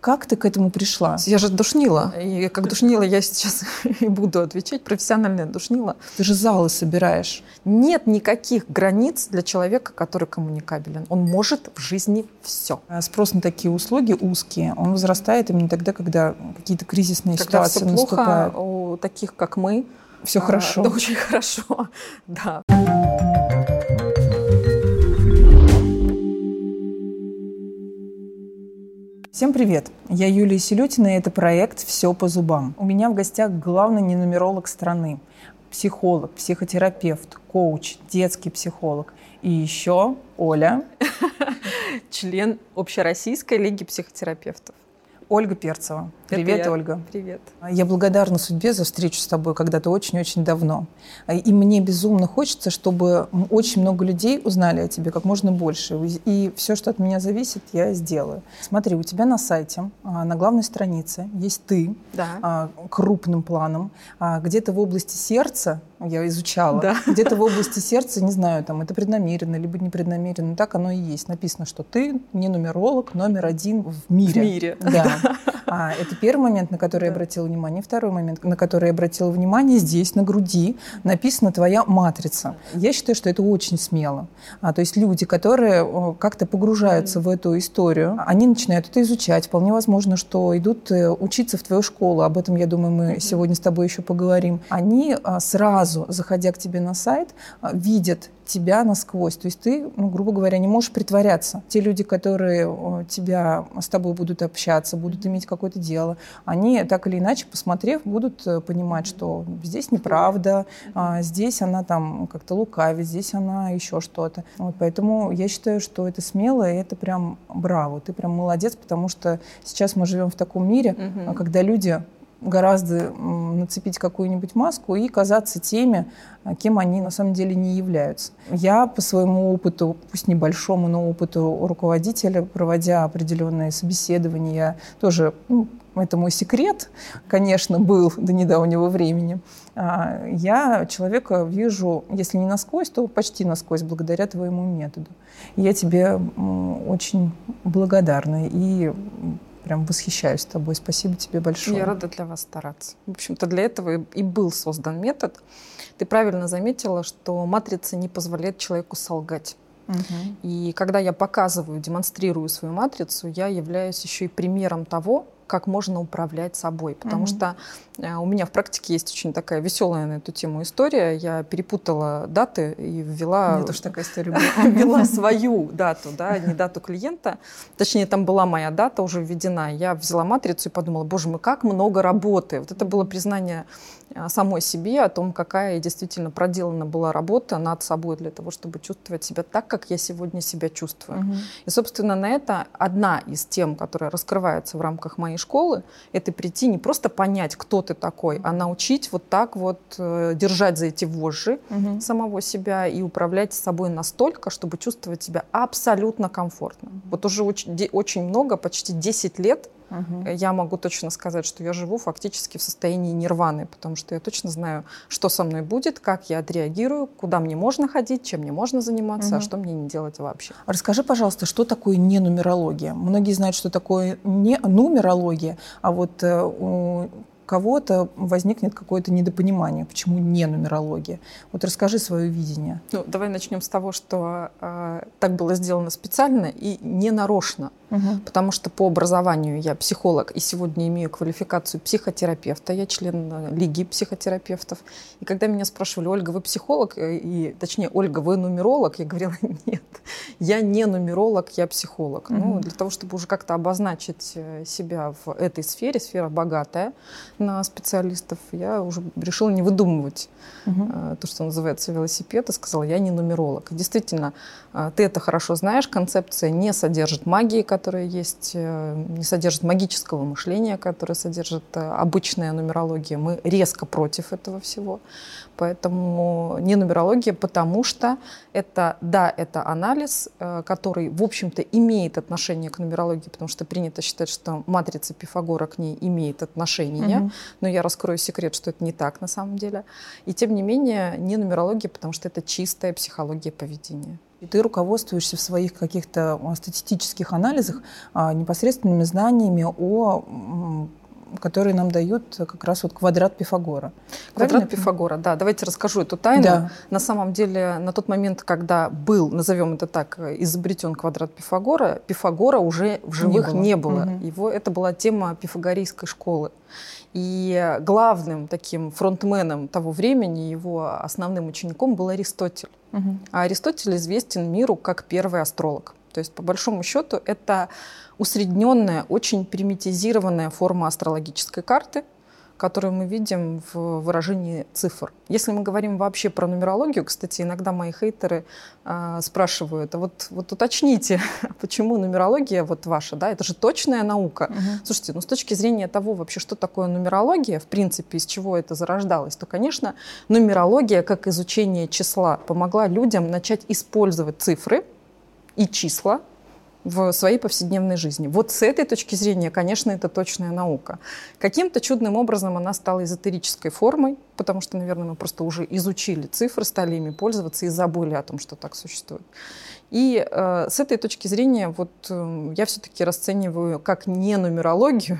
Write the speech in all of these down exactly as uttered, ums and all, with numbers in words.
Как ты к этому пришла? Я же душнила. И как душнила я сейчас и буду отвечать. Профессиональная душнила. Ты же залы собираешь. Нет никаких границ для человека, который коммуникабелен. Он может в жизни все. Спрос на такие услуги узкие, он возрастает именно тогда, когда какие-то кризисные когда ситуации все плохо, наступают. У таких, как мы, все а, хорошо. Да, очень хорошо. Да. Всем привет! Я Юлия Селютина, и это проект «Все по зубам». У меня в гостях главный ненумеролог страны, психолог, психотерапевт, коуч, детский психолог. И еще Оля. Член Общероссийской лиги психотерапевтов. Ольга Перцева. Привет, Это я. Ольга. Привет. Я благодарна судьбе за встречу с тобой когда-то очень-очень давно. И мне безумно хочется, чтобы очень много людей узнали о тебе как можно больше. И все, что от меня зависит, я сделаю. Смотри, у тебя на сайте, на главной странице есть ты, да. крупным планом. Где-то в области сердца, я изучала, да. где-то в области сердца, не знаю, там это преднамеренно, либо непреднамеренно, так оно и есть. Написано, что ты не нумеролог номер один в мире. В мире. Да. А, это первый момент, на который да. я обратила внимание. Второй момент, на который я обратила внимание, здесь, на груди, написана твоя матрица. Я считаю, что это очень смело. А, то есть люди, которые как-то погружаются mm-hmm. в эту историю, они начинают это изучать. Вполне возможно, что идут учиться в твою школу. Об этом, я думаю, мы mm-hmm. сегодня с тобой еще поговорим. Они сразу, заходя к тебе на сайт, видят тебя насквозь. То есть ты, ну, грубо говоря, не можешь притворяться. Те люди, которые тебя, с тобой будут общаться, будут иметь какое-то дело, они так или иначе, посмотрев, будут понимать, что здесь неправда, а здесь она там как-то лукавит, здесь она еще что-то. Вот, поэтому я считаю, что это смело, и это прям браво. Ты прям молодец, потому что сейчас мы живем в таком мире, mm-hmm. когда люди гораздо нацепить какую-нибудь маску и казаться теми, кем они на самом деле не являются. Я по своему опыту, пусть небольшому, но опыту руководителя, проводя определенные собеседования, я тоже, ну, это мой секрет, конечно, был до недавнего времени, я человека вижу, если не насквозь, то почти насквозь, благодаря твоему методу. Я тебе очень благодарна и прям восхищаюсь тобой. Спасибо тебе большое. Я рада для вас стараться. В общем-то, для этого и был создан метод. Ты правильно заметила, что матрица не позволяет человеку солгать. Угу. И когда я показываю, демонстрирую свою матрицу, я являюсь еще и примером того, как можно управлять собой. Потому mm-hmm. что э, у меня в практике есть очень такая веселая на эту тему история. Я перепутала даты и ввела... У меня тоже такая история была. Ввела свою дату, да, не дату клиента. Точнее, там была моя дата уже введена. Я взяла матрицу и подумала, боже мой, как много работы. Вот это было признание самой себе о том, какая действительно проделана была работа над собой для того, чтобы чувствовать себя так, как я сегодня себя чувствую. Mm-hmm. И, собственно, на это одна из тем, которая раскрывается в рамках моей школы, это прийти не просто понять, кто ты такой, а научить вот так вот э, держать за эти вожжи угу. самого себя и управлять собой настолько, чтобы чувствовать себя абсолютно комфортно. Угу. Вот уже очень, де, очень много, почти десять лет, угу. я могу точно сказать, что я живу фактически в состоянии нирваны, потому что я точно знаю, что со мной будет, как я отреагирую, куда мне можно ходить, чем мне можно заниматься, угу. а что мне не делать вообще. Расскажи, пожалуйста, что такое ненумерология? Многие знают, что такое не нумерология, а вот э, у кого-то возникнет какое-то недопонимание, почему не нумерология. Вот расскажи свое видение. Ну, давай начнем с того, что э, так было сделано специально и не нарочно. Угу. Потому что по образованию я психолог и сегодня имею квалификацию психотерапевта. Я член Лиги психотерапевтов. И когда меня спрашивали, Ольга, вы психолог? И, точнее, Ольга, вы нумеролог? Я говорила, нет, я не нумеролог, я психолог. Угу. Ну, для того, чтобы уже как-то обозначить себя в этой сфере, сфера богатая на специалистов, я уже решила не выдумывать угу. то, что называется велосипед, и сказала, я не нумеролог. И действительно, ты это хорошо знаешь, концепция не содержит магии, которая есть, не содержит магического мышления, которое содержит обычная нумерология. Мы резко против этого всего. Поэтому не нумерология, потому что это, да, это анализ, который, в общем-то, имеет отношение к нумерологии, потому что принято считать, что матрица Пифагора к ней имеет отношение. Угу. Но я раскрою секрет, что это не так на самом деле. И тем не менее, не нумерология, потому что это чистая психология поведения. И ты руководствуешься в своих каких-то статистических анализах непосредственными знаниями, о, которые нам дают как раз вот квадрат Пифагора. Квадрат Правильно? Пифагора, да. Давайте расскажу эту тайну. Да. На самом деле, на тот момент, когда был, назовем это так, изобретен квадрат Пифагора, Пифагора уже в живых не было. Не было. Угу. Его, это была тема пифагорейской школы. И главным таким фронтменом того времени, его основным учеником был Аристотель. Угу. А Аристотель известен миру как первый астролог. То есть, по большому счету, это усредненная, очень примитивизированная форма астрологической карты, которую мы видим в выражении цифр. Если мы говорим вообще про нумерологию, кстати, иногда мои хейтеры э, спрашивают, а вот, вот уточните, почему нумерология вот ваша, да, это же точная наука. Uh-huh. Слушайте, ну с точки зрения того вообще, что такое нумерология, в принципе, из чего это зарождалось, то, конечно, нумерология, как изучение числа, помогла людям начать использовать цифры и числа в своей повседневной жизни. Вот с этой точки зрения, конечно, это точная наука. Каким-то чудным образом она стала эзотерической формой, потому что, наверное, мы просто уже изучили цифры, стали ими пользоваться и забыли о том, что так существует. И э, с этой точки зрения вот, э, я все-таки расцениваю как не нумерологию,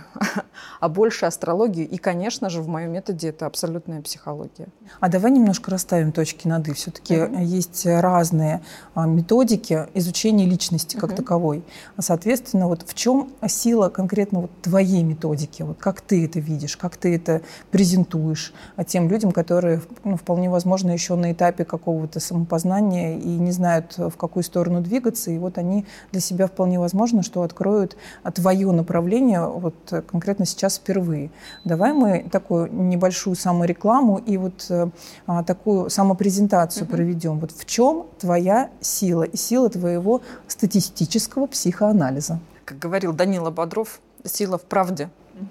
а больше астрологию. И, конечно же, в моем методе это абсолютная психология. А давай немножко расставим точки над «и». Все-таки uh-huh. есть разные а, методики изучения личности как uh-huh. таковой. Соответственно, вот в чем сила конкретно вот твоей методики? Вот как ты это видишь, как ты это презентуешь тем людям, которые, ну, вполне возможно, еще на этапе какого-то самопознания и не знают, в какую сторону сторону двигаться, и вот они для себя вполне возможно, что откроют твое направление вот конкретно сейчас впервые. Давай мы такую небольшую саморекламу и вот а, такую самопрезентацию mm-hmm. проведем. Вот в чем твоя сила и сила твоего статистического психоанализа? Как говорил Данила Бодров, сила в правде.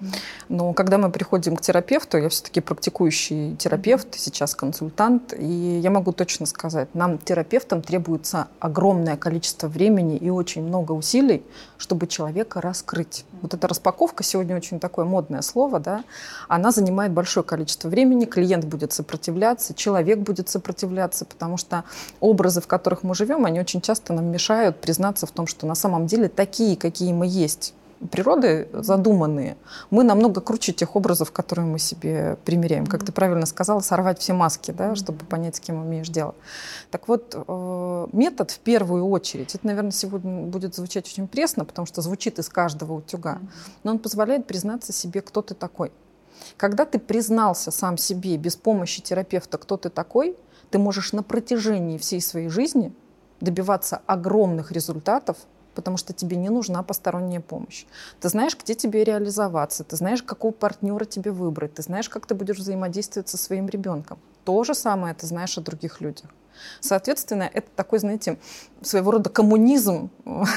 Но когда мы приходим к терапевту, я все-таки практикующий терапевт, сейчас консультант, и я могу точно сказать, нам, терапевтам, требуется огромное количество времени и очень много усилий, чтобы человека раскрыть. Вот эта распаковка, сегодня очень такое модное слово, да, она занимает большое количество времени, клиент будет сопротивляться, человек будет сопротивляться, потому что образы, в которых мы живем, они очень часто нам мешают признаться в том, что на самом деле такие, какие мы есть, природы задуманные, мы намного круче тех образов, которые мы себе примеряем. Mm-hmm. Как ты правильно сказала, сорвать все маски, да, mm-hmm. чтобы понять, с кем имеешь дело. Так вот, э, метод в первую очередь, это, наверное, сегодня будет звучать очень пресно, потому что звучит из каждого утюга, mm-hmm. но он позволяет признаться себе, кто ты такой. Когда ты признался сам себе без помощи терапевта, кто ты такой, ты можешь на протяжении всей своей жизни добиваться огромных результатов, потому что тебе не нужна посторонняя помощь. Ты знаешь, где тебе реализоваться, ты знаешь, какого партнера тебе выбрать, ты знаешь, как ты будешь взаимодействовать со своим ребенком. То же самое ты знаешь о других людях. Соответственно, это такой, знаете, своего рода коммунизм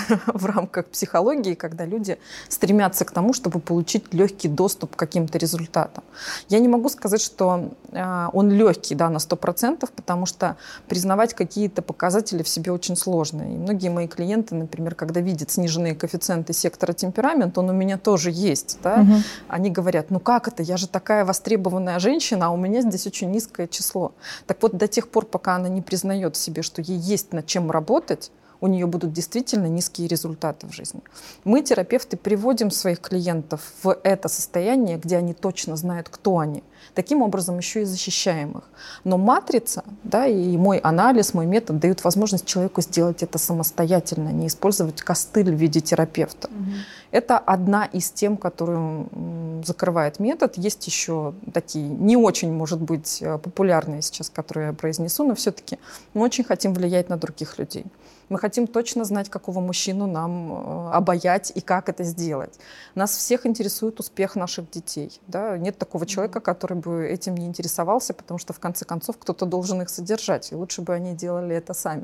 в рамках психологии, когда люди стремятся к тому, чтобы получить легкий доступ к каким-то результатам. Я не могу сказать, что э, он легкий, да, на сто процентов, потому что признавать какие-то показатели в себе очень сложно. И многие мои клиенты, например, когда видят сниженные коэффициенты сектора темперамент, он у меня тоже есть, да, угу. Они говорят, ну как это, я же такая востребованная женщина, а у меня здесь очень низкое число. Так вот, до тех пор, пока она не признает в себе, что ей есть над чем работать, у нее будут действительно низкие результаты в жизни. Мы, терапевты, приводим своих клиентов в это состояние, где они точно знают, кто они. Таким образом, еще и защищаем их. Но матрица, да, и мой анализ, мой метод дают возможность человеку сделать это самостоятельно, не использовать костыль в виде терапевта. Угу. Это одна из тем, которую закрывает метод. Есть еще такие не очень, может быть, популярные сейчас, которые я произнесу, но все-таки мы очень хотим влиять на других людей. Мы хотим точно знать, какого мужчину нам обаять и как это сделать. Нас всех интересует успех наших детей. Да? Нет такого человека, который бы этим не интересовался, потому что, в конце концов, кто-то должен их содержать, и лучше бы они делали это сами.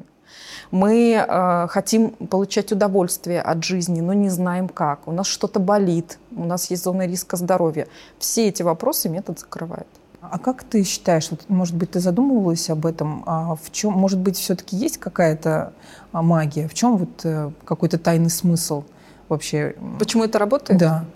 Мы э, хотим получать удовольствие от жизни, но не знаем как. У нас что-то болит, у нас есть зона риска здоровья. Все эти вопросы метод закрывает. А как ты считаешь, вот, может быть, ты задумывалась об этом, а в чем, может быть, все-таки есть какая-то магия? В чем вот какой-то тайный смысл вообще? Почему это работает? Да.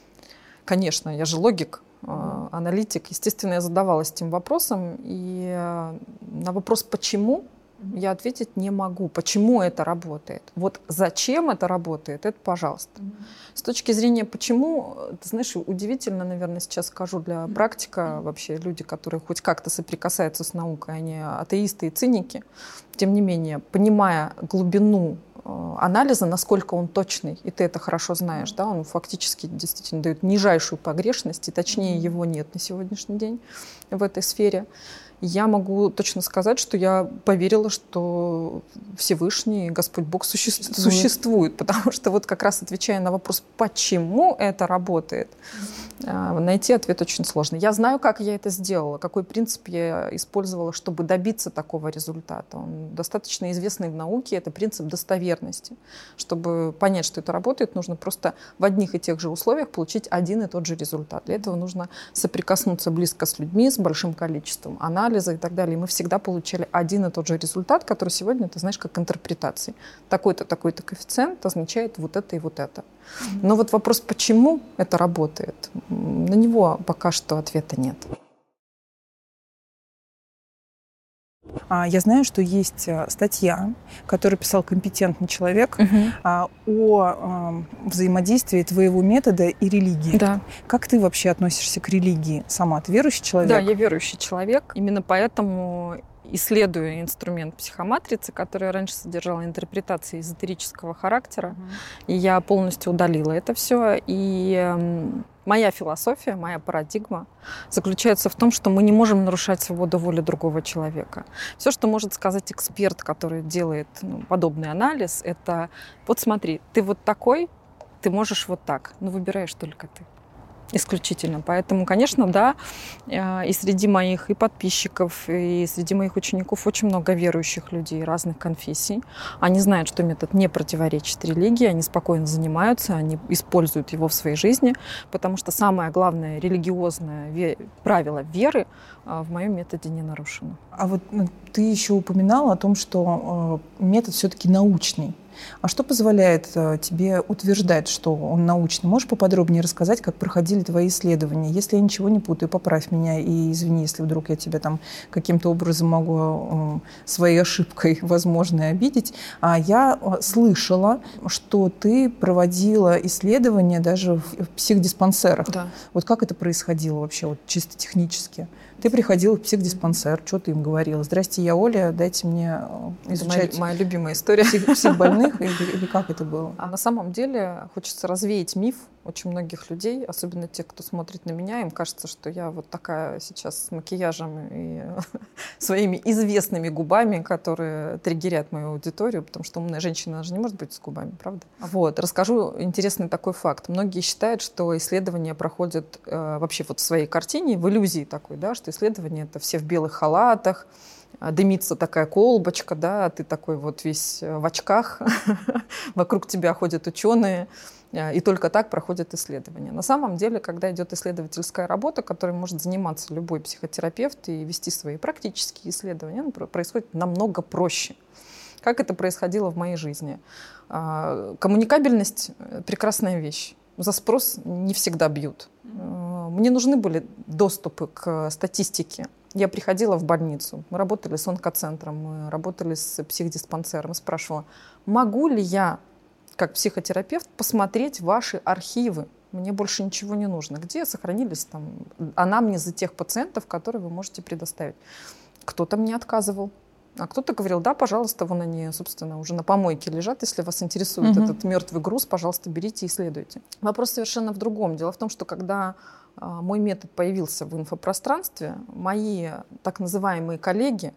Конечно, я же логик, аналитик. Естественно, я задавалась этим вопросом. И на вопрос «почему?» Я ответить не могу, почему это работает. Вот зачем это работает, это пожалуйста. Mm-hmm. С точки зрения почему, ты знаешь, удивительно, наверное, сейчас скажу для практика, mm-hmm. вообще люди, которые хоть как-то соприкасаются с наукой, они атеисты и циники, тем не менее, понимая глубину э, анализа, насколько он точный, и ты это хорошо знаешь, mm-hmm. да, он фактически действительно дает нижайшую погрешность, и точнее mm-hmm. его нет на сегодняшний день в этой сфере. Я могу точно сказать, что я поверила, что Всевышний, Господь Бог существует, существует, потому что вот как раз отвечая на вопрос, почему это работает, mm-hmm. найти ответ очень сложно. Я знаю, как я это сделала, какой принцип я использовала, чтобы добиться такого результата. Он достаточно известный в науке, это принцип достоверности. Чтобы понять, что это работает, нужно просто в одних и тех же условиях получить один и тот же результат. Для этого нужно соприкоснуться близко с людьми, с большим количеством анализов, и так далее. И мы всегда получали один и тот же результат, который сегодня, ты знаешь, как интерпретации. Такой-то, такой-то коэффициент означает вот это и вот это. Но вот вопрос, почему это работает, на него пока что ответа нет. Я знаю, что есть статья, которую писал компетентный человек, uh-huh. о взаимодействии твоего метода и религии. Да. Как ты вообще относишься к религии сама? Ты верующий человек? Да, я верующий человек. Именно поэтому исследую инструмент психоматрицы, который раньше содержал интерпретации эзотерического характера. Uh-huh. И я полностью удалила это все. И моя философия, моя парадигма заключается в том, что мы не можем нарушать свободу воли другого человека. Все, что может сказать эксперт, который делает ну, подобный анализ, это вот смотри, ты вот такой, ты можешь вот так, но выбираешь только ты. Исключительно. Поэтому, конечно, да, и среди моих и подписчиков, и среди моих учеников очень много верующих людей разных конфессий. Они знают, что метод не противоречит религии, они спокойно занимаются, они используют его в своей жизни, потому что самое главное религиозное правило веры в моем методе не нарушено. А вот ты еще упоминала о том, что метод все-таки научный. А что позволяет тебе утверждать, что он научный? Можешь поподробнее рассказать, как проходили твои исследования? Если я ничего не путаю, поправь меня и извини, если вдруг я тебя там каким-то образом могу своей ошибкой, возможно, обидеть. А я слышала, что ты проводила исследования даже в психдиспансерах. Да. Вот как это происходило вообще, вот чисто технически? Ты приходила в психдиспансер, что ты им говорила? Здрасте, я Оля, дайте мне изучать... Это моя, моя любимая история. Псих, психбольных, или, или как это было? А на самом деле хочется развеять миф очень многих людей, особенно тех, кто смотрит на меня. Им кажется, что я вот такая сейчас с макияжем и своими известными губами, которые триггерят мою аудиторию, потому что умная женщина, она же не может быть с губами, правда? Вот, расскажу интересный такой факт. Многие считают, что исследования проходят э, вообще вот в своей картине, в иллюзии такой, да, что исследования — это все в белых халатах, дымится такая колбочка, да, ты такой вот весь в очках, вокруг тебя ходят ученые, и только так проходят исследования. На самом деле, когда идет исследовательская работа, которой может заниматься любой психотерапевт и вести свои практические исследования, происходит намного проще. Как это происходило в моей жизни? Коммуникабельность — прекрасная вещь. За спрос не всегда бьют. Мне нужны были доступы к статистике. Я приходила в больницу, мы работали с онкоцентром, мы работали с психдиспансером, спрашивала, могу ли я, как психотерапевт, посмотреть ваши архивы? Мне больше ничего не нужно. Где сохранились там анамнезы тех пациентов, которые вы можете предоставить? Кто-то мне отказывал. А кто-то говорил, да, пожалуйста, вон они, собственно, уже на помойке лежат. Если вас интересует угу. этот мертвый груз, пожалуйста, берите и исследуйте. Вопрос совершенно в другом. Дело в том, что когда а, мой метод появился в инфопространстве, мои так называемые коллеги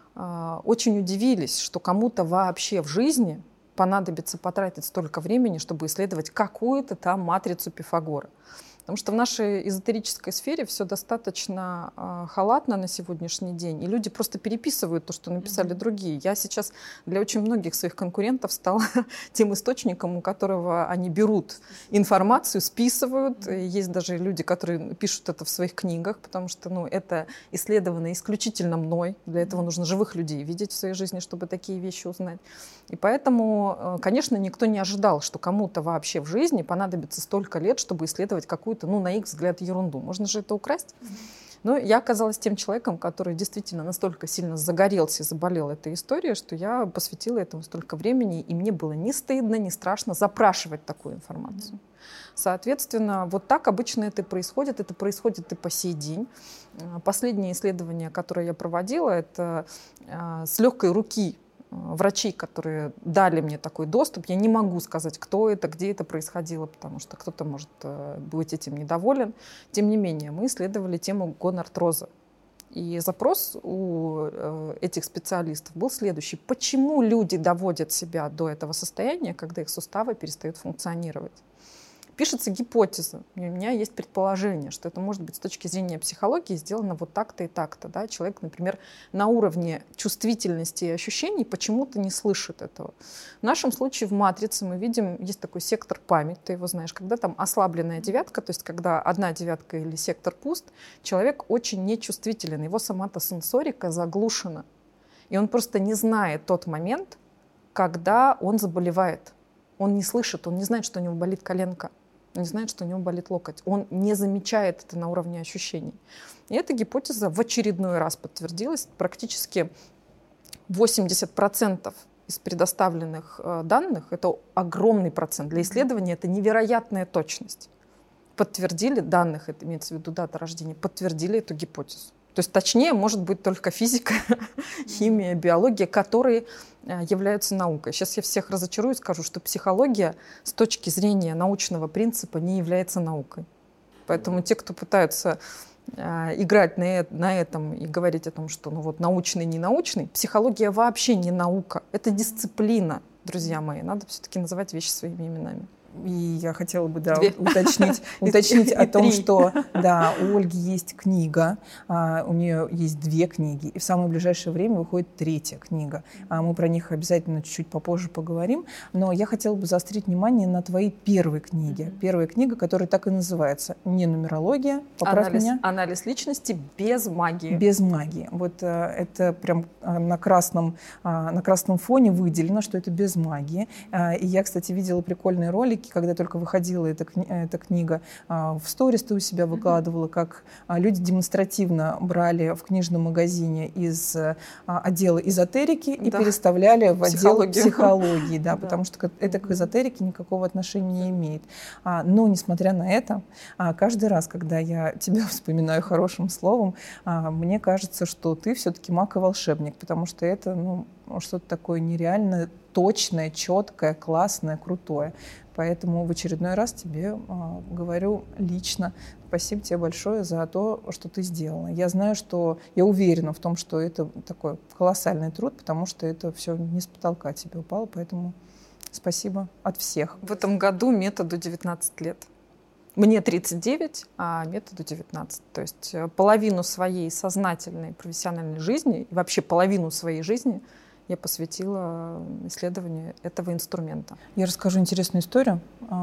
а, очень удивились, что кому-то вообще в жизни понадобится потратить столько времени, чтобы исследовать какую-то там матрицу Пифагора. Потому что в нашей эзотерической сфере все достаточно э, халатно на сегодняшний день, и люди просто переписывают то, что написали mm-hmm. другие. Я сейчас для очень многих своих конкурентов стала тем источником, у которого они берут информацию, списывают. Mm-hmm. Есть даже люди, которые пишут это в своих книгах, потому что ну, это исследовано исключительно мной. Для этого нужно живых людей видеть в своей жизни, чтобы такие вещи узнать. И поэтому, конечно, никто не ожидал, что кому-то вообще в жизни понадобится столько лет, чтобы исследовать какую-то, ну, на их взгляд, ерунду. Можно же это украсть. Но я оказалась тем человеком, который действительно настолько сильно загорелся и заболел этой историей, что я посвятила этому столько времени, и мне было не стыдно, не страшно запрашивать такую информацию. Соответственно, вот так обычно это происходит, это происходит и по сей день. Последнее исследование, которое я проводила, это с легкой руки врачей, которые дали мне такой доступ. Я не могу сказать, кто это, где это происходило, потому что кто-то может быть этим недоволен. Тем не менее, мы исследовали тему гонартроза. И запрос у этих специалистов был следующий. Почему люди доводят себя до этого состояния, когда их суставы перестают функционировать? Пишется гипотеза. У меня есть предположение, что это может быть с точки зрения психологии сделано вот так-то и так-то. Да? Человек, например, на уровне чувствительности и ощущений почему-то не слышит этого. В нашем случае в матрице мы видим, есть такой сектор памяти, ты его знаешь, когда там ослабленная девятка, то есть когда одна девятка или сектор пуст, человек очень нечувствителен, его соматосенсорика заглушена. И он просто не знает тот момент, когда он заболевает. Он не слышит, он не знает, что у него болит коленка. Он не знает, что у него болит локоть. Он не замечает это на уровне ощущений. И эта гипотеза в очередной раз подтвердилась. Практически восемьдесят процентов из предоставленных э, данных, это огромный процент. Для исследования это невероятная точность. Подтвердили данных, это имеется в виду дата рождения, подтвердили эту гипотезу. То есть точнее может быть только физика, химия, биология, которые являются наукой. Сейчас я всех разочарую и скажу, что психология с точки зрения научного принципа не является наукой. Поэтому те, кто пытаются э, играть на, на этом и говорить о том, что ну, вот, научный, не научный, психология вообще не наука. Это дисциплина, друзья мои. Надо все-таки называть вещи своими именами. И я хотела бы да, уточнить, уточнить о том, что да, у Ольги есть книга, а, у нее есть две книги, и в самое ближайшее время выходит третья книга. А, мы про них обязательно чуть-чуть попозже поговорим, но я хотела бы заострить внимание на твоей первой книге. Mm-hmm. Первая книга, которая так и называется «Не нумерология», поправь анализ, меня. Анализ личности без магии. Без магии. Вот а, это прям а, на, красном, а, на красном фоне выделено, что это без магии. А, и я, кстати, видела прикольные ролики, когда только выходила эта, эта книга, в сторис ты у себя выкладывала, как люди демонстративно брали в книжном магазине из отдела эзотерики и да. переставляли в отдел психологии, да, да. потому что это к эзотерике никакого отношения не имеет. Но, несмотря на это, каждый раз, когда я тебя вспоминаю хорошим словом, мне кажется, что ты все-таки маг и волшебник, потому что это ну, что-то такое нереально точное, четкое, классное, крутое. Поэтому в очередной раз тебе а, говорю лично спасибо тебе большое за то, что ты сделала. Я знаю, что я уверена в том, что это такой колоссальный труд, потому что это все не с потолка тебе упало, поэтому спасибо от всех. В этом году методу девятнадцать лет. Мне тридцать девять, а методу девятнадцать. То есть половину своей сознательной профессиональной жизни, вообще половину своей жизни я посвятила исследованию этого инструмента. Я расскажу интересную историю,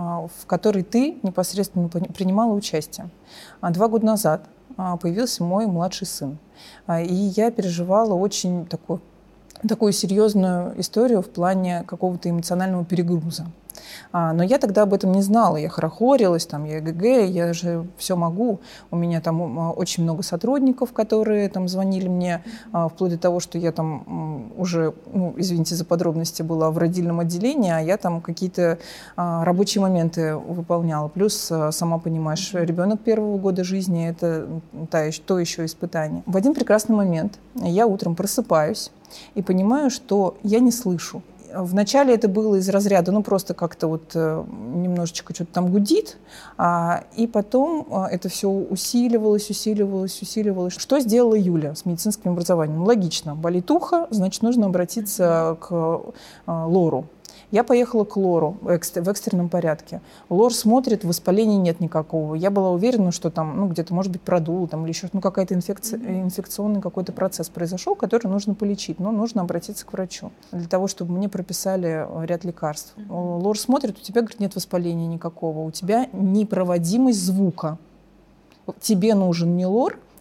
в которой ты непосредственно принимала участие. Два года назад появился мой младший сын, и я переживала очень такую, такую серьезную историю в плане какого-то эмоционального перегруза. А, но я тогда об этом не знала, я хорохорилась, там, я эгг, я же все могу. У меня там а, очень много сотрудников, которые там звонили мне, а, вплоть до того, что я там уже, ну, извините за подробности, была в родильном отделении, а я там какие-то а, рабочие моменты выполняла. Плюс, а, сама понимаешь, ребенок первого года жизни – это та, то еще испытание. В один прекрасный момент я утром просыпаюсь и понимаю, что я не слышу. Вначале это было из разряда, ну, просто как-то вот э, немножечко что-то там гудит, а, и потом а, это все усиливалось, усиливалось, усиливалось. Что сделала Юля с медицинским образованием? Логично. Болит ухо, значит, нужно обратиться к а, лору. Я поехала к лору в экстренном порядке. Лор смотрит, воспаления нет никакого. Я была уверена, что там, ну, где-то, может быть, продул, там, или еще ну, какая-то инфекция, инфекционный какой-то процесс произошел, который нужно полечить, но нужно обратиться к врачу для того, чтобы мне прописали ряд лекарств. Mm-hmm. Лор смотрит, у тебя, говорит, нет воспаления никакого, у тебя непроводимость звука. Тебе нужен не лор,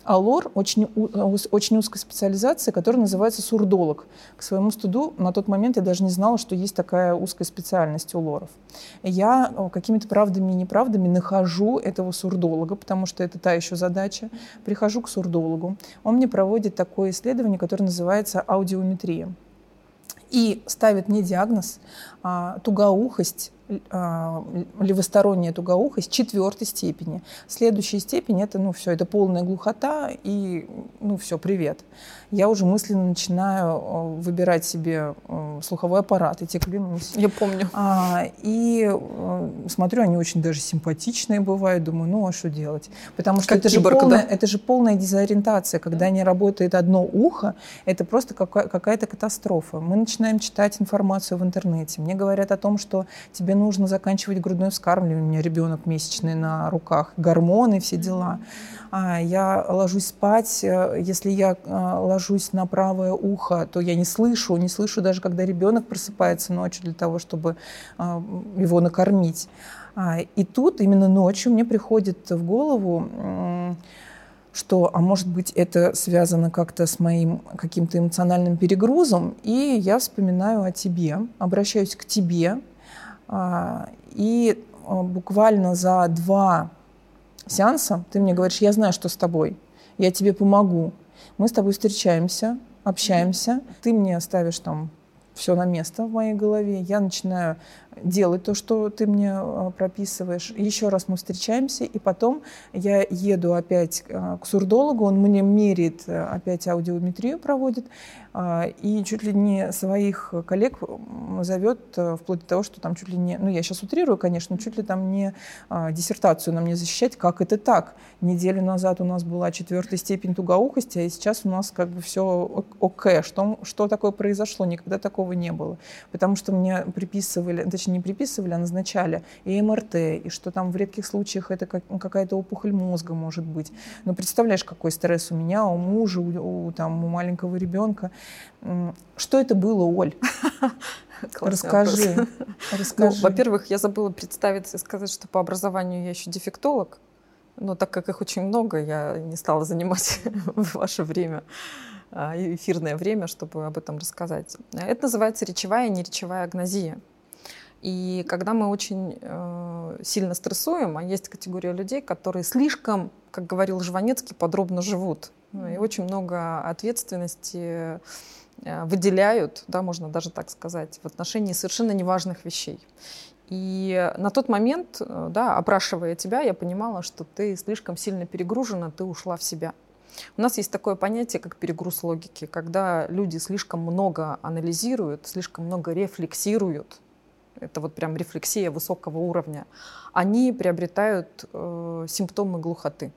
А лор очень, очень узкая специализация, которая называется сурдолог. К своему стыду на тот момент я даже не знала, что есть такая узкая специальность у лоров. Я какими-то правдами и неправдами нахожу этого сурдолога, потому что это та еще задача. Прихожу к сурдологу. Он мне проводит такое исследование, которое называется аудиометрия. И ставит мне диагноз а, тугоухость, а, левосторонняя тугоухость четвертой степени. Следующая степень — это, ну, все, это полная глухота, и, ну, все, привет. Я уже мысленно начинаю выбирать себе слуховой аппарат, идти клянусь. Я помню. А, и смотрю, они очень даже симпатичные бывают, думаю, ну, а что делать? Потому что это же, киборг, полная, да? это же полная дезориентация. Когда не работает одно ухо, это просто какая- какая-то катастрофа. Мы начинаем читать информацию в интернете. Мне говорят о том, что тебе нужно заканчивать грудное вскармливание. У меня ребенок месячный на руках, гормоны, все дела. А, я ложусь спать. Если я а, ложусь на правое ухо, то я не слышу, не слышу даже, когда ребенок просыпается ночью для того, чтобы а, его накормить. А, и тут именно ночью мне приходит в голову, что, а может быть, это связано как-то с моим каким-то эмоциональным перегрузом, и я вспоминаю о тебе, обращаюсь к тебе, а, и а, буквально за два сеанса ты мне говоришь: я знаю, что с тобой, я тебе помогу. Мы с тобой встречаемся, общаемся, ты мне ставишь там все на место в моей голове, я начинаю делать то, что ты мне прописываешь. Еще раз мы встречаемся, и потом я еду опять к сурдологу, он мне меряет, опять аудиометрию проводит, и чуть ли не своих коллег зовет, вплоть до того, что там чуть ли не, ну я сейчас утрирую, конечно, чуть ли там не диссертацию нам не защищать, как это так. Неделю назад у нас была четвертая степень тугоухости, а сейчас у нас как бы все окей. Что, что такое произошло? Никогда такого не было. Потому что мне приписывали, точнее не приписывали, а назначали и эм эр тэ, и что там в редких случаях это как, какая-то опухоль мозга может быть. Но представляешь, какой стресс у меня, у мужа, у, у, там, у маленького ребенка. Что это было, Оль? Расскажи. Расскажи. Ну, во-первых, я забыла представиться и сказать, что по образованию я еще дефектолог. Но так как их очень много, я не стала занимать в ваше время, эфирное время, чтобы об этом рассказать. Это называется речевая и неречевая агнозия. И когда мы очень э, сильно стрессуем, а есть категория людей, которые слишком, как говорил Жванецкий, подробно живут. И очень много ответственности выделяют, да, можно даже так сказать, в отношении совершенно неважных вещей. И на тот момент, да, опрашивая тебя, я понимала, что ты слишком сильно перегружена, ты ушла в себя. У нас есть такое понятие, как перегруз логики, когда люди слишком много анализируют, слишком много рефлексируют, это вот прям рефлексия высокого уровня, они приобретают э, симптомы глухоты.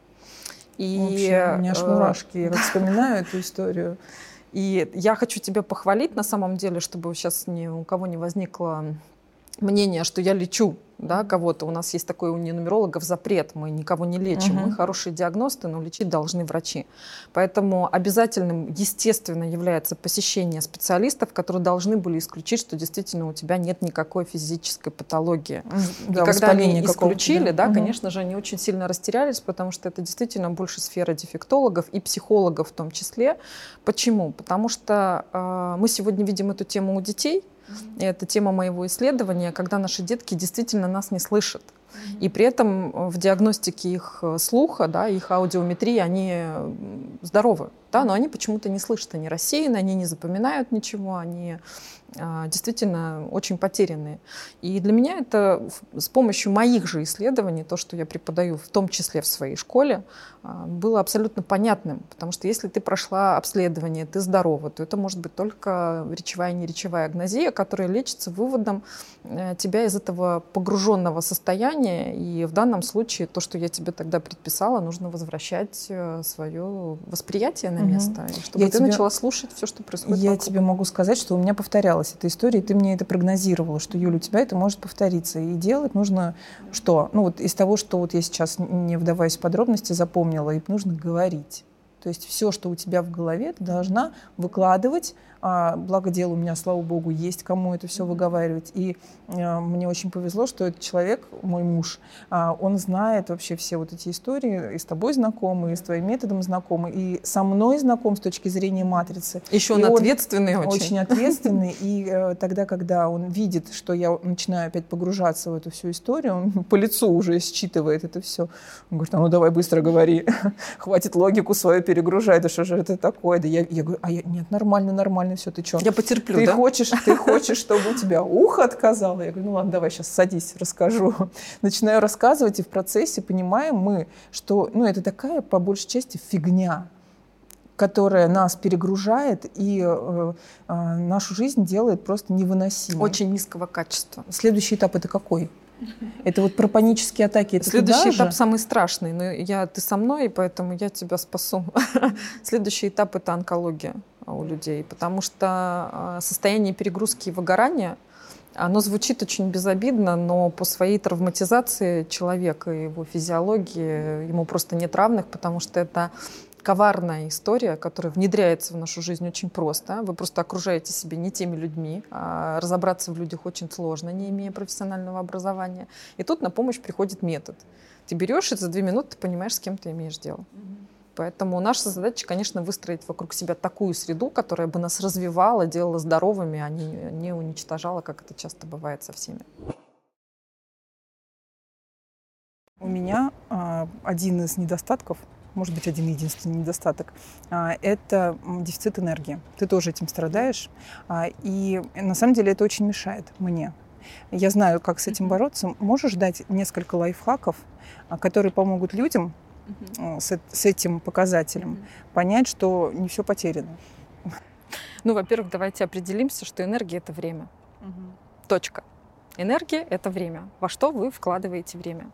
И, вообще, у меня аж мурашки, я вспоминаю эту историю. И я хочу тебя похвалить на самом деле, чтобы сейчас ни у кого не возникло мнение, что я лечу, да, кого-то. У нас есть такой у нумерологов запрет, мы никого не лечим, uh-huh. мы хорошие диагносты, но лечить должны врачи. Поэтому обязательным, естественно, является посещение специалистов, которые должны были исключить, что действительно у тебя нет никакой физической патологии. Uh-huh. И когда они исключили, да, uh-huh. конечно же, они очень сильно растерялись, потому что это действительно больше сфера дефектологов и психологов в том числе. Почему? Потому что э, мы сегодня видим эту тему у детей. И это тема моего исследования, когда наши детки действительно нас не слышат. И при этом в диагностике их слуха, да, их аудиометрии, они здоровы, да, но они почему-то не слышат, они рассеяны, они не запоминают ничего, они а, действительно очень потерянные. И для меня это с помощью моих же исследований, то, что я преподаю, в том числе в своей школе, а, было абсолютно понятным, потому что если ты прошла обследование, ты здорова, то это может быть только речевая и неречевая агнозия, которая лечится выводом а, тебя из этого погруженного состояния. И в данном случае то, что я тебе тогда предписала, нужно возвращать свое восприятие на место, угу. чтобы я ты тебе... начала слушать все, что происходит Я вокруг. тебе могу сказать, что у меня повторялась эта история, и ты мне это прогнозировала, что, Юля, у тебя это может повториться. И делать нужно что? Ну вот из того, что вот я сейчас, не вдаваясь в подробности, запомнила, и нужно говорить. То есть все, что у тебя в голове, ты должна выкладывать А, благо дело у меня, слава богу, есть кому это все выговаривать. И а, мне очень повезло, что этот человек, мой муж, а, он знает вообще все вот эти истории, и с тобой знакомы, и с твоим методом знакомы, и со мной знаком с точки зрения матрицы. Еще он ответственный очень. Очень ответственный. И э, тогда, когда он видит, что я начинаю опять погружаться в эту всю историю, он по лицу уже считывает это все. Он говорит: а ну давай быстро говори, хватит логику свою перегружать, да что же это такое? Да я, я говорю: а я, нет, нормально, нормально, все, ты что? Я потерплю, ты да? Хочешь, ты хочешь, чтобы у тебя ухо отказало? Я говорю: ну ладно, давай сейчас садись, расскажу. Начинаю рассказывать, и в процессе понимаем мы, что ну, это такая, по большей части, фигня, которая нас перегружает и э, э, нашу жизнь делает просто невыносимой. Очень низкого качества. Следующий этап — это какой? Это вот про панические атаки. Это Следующий этап же? самый страшный. Но я, ты со мной, и поэтому я тебя спасу. Следующий этап — это онкология у людей. Потому что состояние перегрузки и выгорания, оно звучит очень безобидно, но по своей травматизации человека и его физиологии ему просто нет равных, потому что это коварная история, которая внедряется в нашу жизнь очень просто. Вы просто окружаете себя не теми людьми. А разобраться в людях очень сложно, не имея профессионального образования. И тут на помощь приходит метод. Ты берешь, и за две минуты ты понимаешь, с кем ты имеешь дело. Mm-hmm. Поэтому наша задача, конечно, выстроить вокруг себя такую среду, которая бы нас развивала, делала здоровыми, а не, не уничтожала, как это часто бывает со всеми. У меня а, один из недостатков, может быть, один единственный недостаток, это дефицит энергии. Ты тоже этим страдаешь. И на самом деле это очень мешает мне. Я знаю, как с этим бороться. Можешь дать несколько лайфхаков, которые помогут людям с, с этим показателем понять, что не все потеряно? Ну, во-первых, давайте определимся, что энергия — это время. Угу. Точка. Энергия — это время. Во что вы вкладываете время.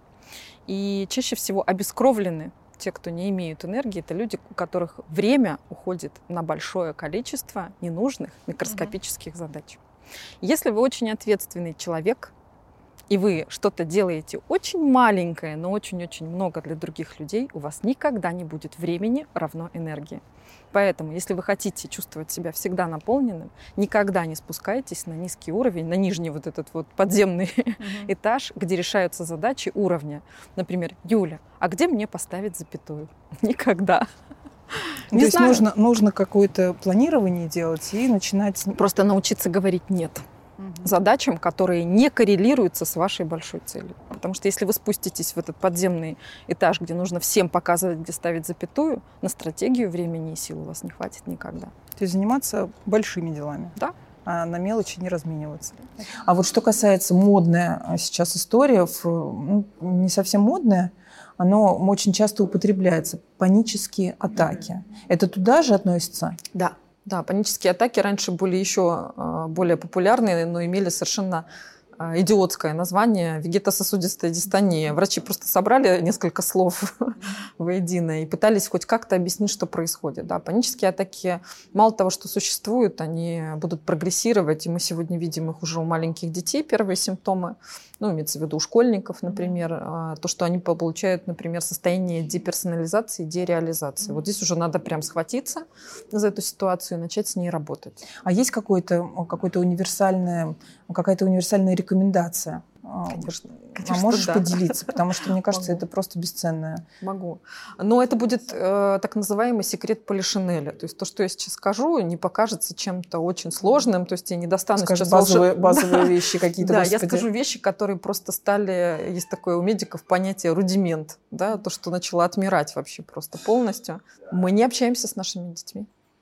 И чаще всего обескровлены те, кто не имеют энергии, это люди, у которых время уходит на большое количество ненужных микроскопических mm-hmm. задач. Если вы очень ответственный человек, и вы что-то делаете очень маленькое, но очень-очень много для других людей, у вас никогда не будет времени равно энергии. Поэтому, если вы хотите чувствовать себя всегда наполненным, никогда не спускайтесь на низкий уровень, на нижний вот этот вот подземный mm-hmm. этаж, где решаются задачи уровня. Например: Юля, а где мне поставить запятую? Никогда. Не То есть нужно, нужно какое-то планирование делать и начинать... Просто научиться говорить «нет» задачам, которые не коррелируются с вашей большой целью. Потому что если вы спуститесь в этот подземный этаж, где нужно всем показывать, где ставить запятую, на стратегию времени и сил у вас не хватит никогда. То есть заниматься большими делами. Да. А на мелочи не размениваться. А вот что касается модная сейчас история, ну, не совсем модная, оно очень часто употребляется. Панические атаки. Это туда же относится? Да. Да, панические атаки раньше были еще более популярны, но имели совершенно идиотское название — вегетососудистая дистония. Врачи просто собрали несколько слов воедино и пытались хоть как-то объяснить, что происходит. Да, панические атаки мало того, что существуют, они будут прогрессировать, и мы сегодня видим их уже у маленьких детей, первые симптомы. Ну, имеется в виду у школьников, например, mm-hmm. то, что они получают, например, состояние деперсонализации, дереализации. Mm-hmm. Вот здесь уже надо прям схватиться за эту ситуацию и начать с ней работать. А есть какое-то, какое-то универсальное, какая-то универсальная рекомендация? Конечно. А Конечно, можешь да. поделиться? Потому что, мне кажется, Могу. Это просто бесценное. Могу. Но это будет э, так называемый секрет Полишинеля. То есть то, что я сейчас скажу, не покажется чем-то очень сложным. То есть я не достану Скажи сейчас базовые, волшеб... базовые вещи какие-то. Да, Господи. я скажу вещи, которые просто стали... Есть такое у медиков понятие рудимент. Да, то, что начало отмирать вообще просто полностью. Мы не общаемся с нашими детьми.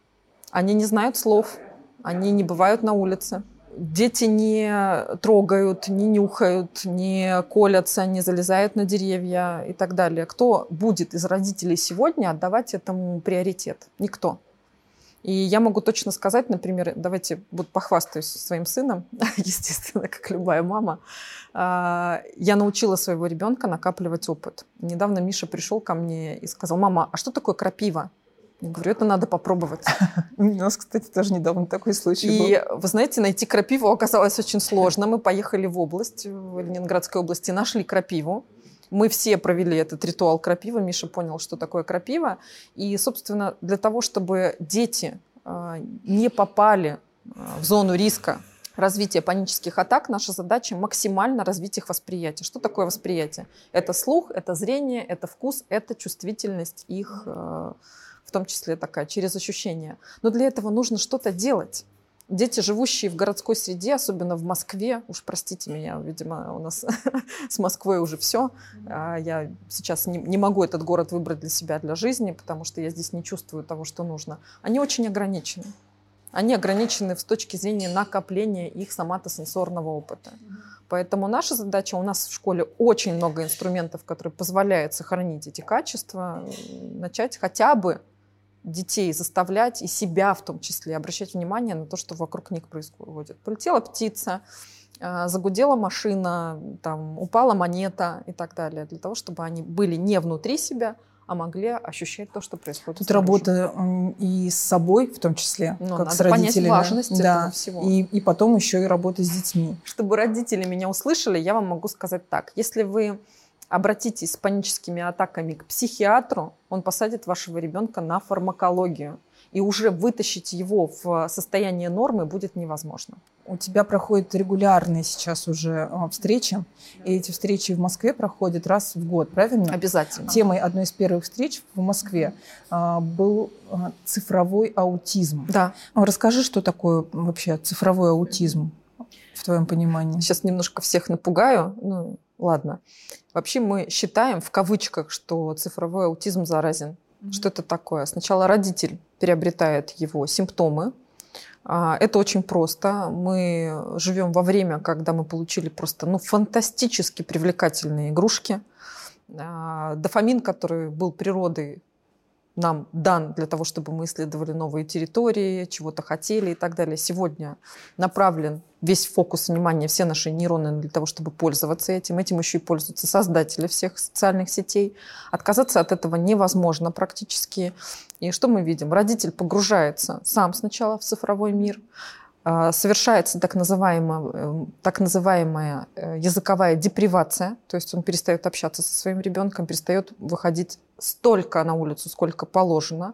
Они не знают слов. Они не бывают на улице. Дети не трогают, не нюхают, не колятся, не залезают на деревья и так далее. Кто будет из родителей сегодня отдавать этому приоритет? Никто. И я могу точно сказать, например, давайте вот похвастаюсь своим сыном, естественно, как любая мама. Я научила своего ребенка накапливать опыт. Недавно Миша пришел ко мне и сказал: мама, а что такое крапива? Я говорю, это надо попробовать. У нас, кстати, тоже недавно такой случай был. И, вы знаете, найти крапиву оказалось очень сложно. Мы поехали в область, в Ленинградской области, нашли крапиву. Мы все провели этот ритуал крапивы. Миша понял, что такое крапива. И, собственно, для того, чтобы дети не попали в зону риска развития панических атак, наша задача максимально развить их восприятие. Что такое восприятие? Это слух, это зрение, это вкус, это чувствительность их, в том числе такая, через ощущения. Но для этого нужно что-то делать. Дети, живущие в городской среде, особенно в Москве, уж простите меня, видимо, у нас с Москвой уже все. Я сейчас не, не могу этот город выбрать для себя, для жизни, потому что я здесь не чувствую того, что нужно. Они очень ограничены. Они ограничены с точки зрения накопления их соматосенсорного опыта. Поэтому наша задача, у нас в школе очень много инструментов, которые позволяют сохранить эти качества, начать хотя бы детей заставлять и себя в том числе обращать внимание на то, что вокруг них происходит. Полетела птица, загудела машина, там, упала монета и так далее, для того, чтобы они были не внутри себя, а могли ощущать то, что происходит. Тут работа и с собой, в том числе, Но как надо с родителями. Понять важность да. этого всего. И, и потом еще и работа с детьми. Чтобы родители меня услышали, я вам могу сказать так. Если вы обратитесь с паническими атаками к психиатру, он посадит вашего ребенка на фармакологию. И уже вытащить его в состояние нормы будет невозможно. У тебя проходят регулярные сейчас уже встречи, и эти встречи в Москве проходят раз в год, правильно? Обязательно. Темой одной из первых встреч в Москве был цифровой аутизм. Да. Расскажи, что такое вообще цифровой аутизм в твоем понимании? Сейчас немножко всех напугаю. Ну, ладно. Вообще мы считаем, в кавычках, что цифровой аутизм заразен. Mm-hmm. Что это такое? Сначала родитель приобретает его симптомы. Это очень просто. Мы живем во время, когда мы получили просто ну, фантастически привлекательные игрушки. Дофамин, который был природой, нам дан для того, чтобы мы исследовали новые территории, чего-то хотели и так далее. Сегодня направлен весь фокус внимания, все наши нейроны для того, чтобы пользоваться этим. Этим еще и пользуются создатели всех социальных сетей. Отказаться от этого невозможно практически. И что мы видим? Родитель погружается сам сначала в цифровой мир, совершается так называемая, так называемая языковая депривация, то есть он перестает общаться со своим ребенком, перестает выходить столько на улицу, сколько положено,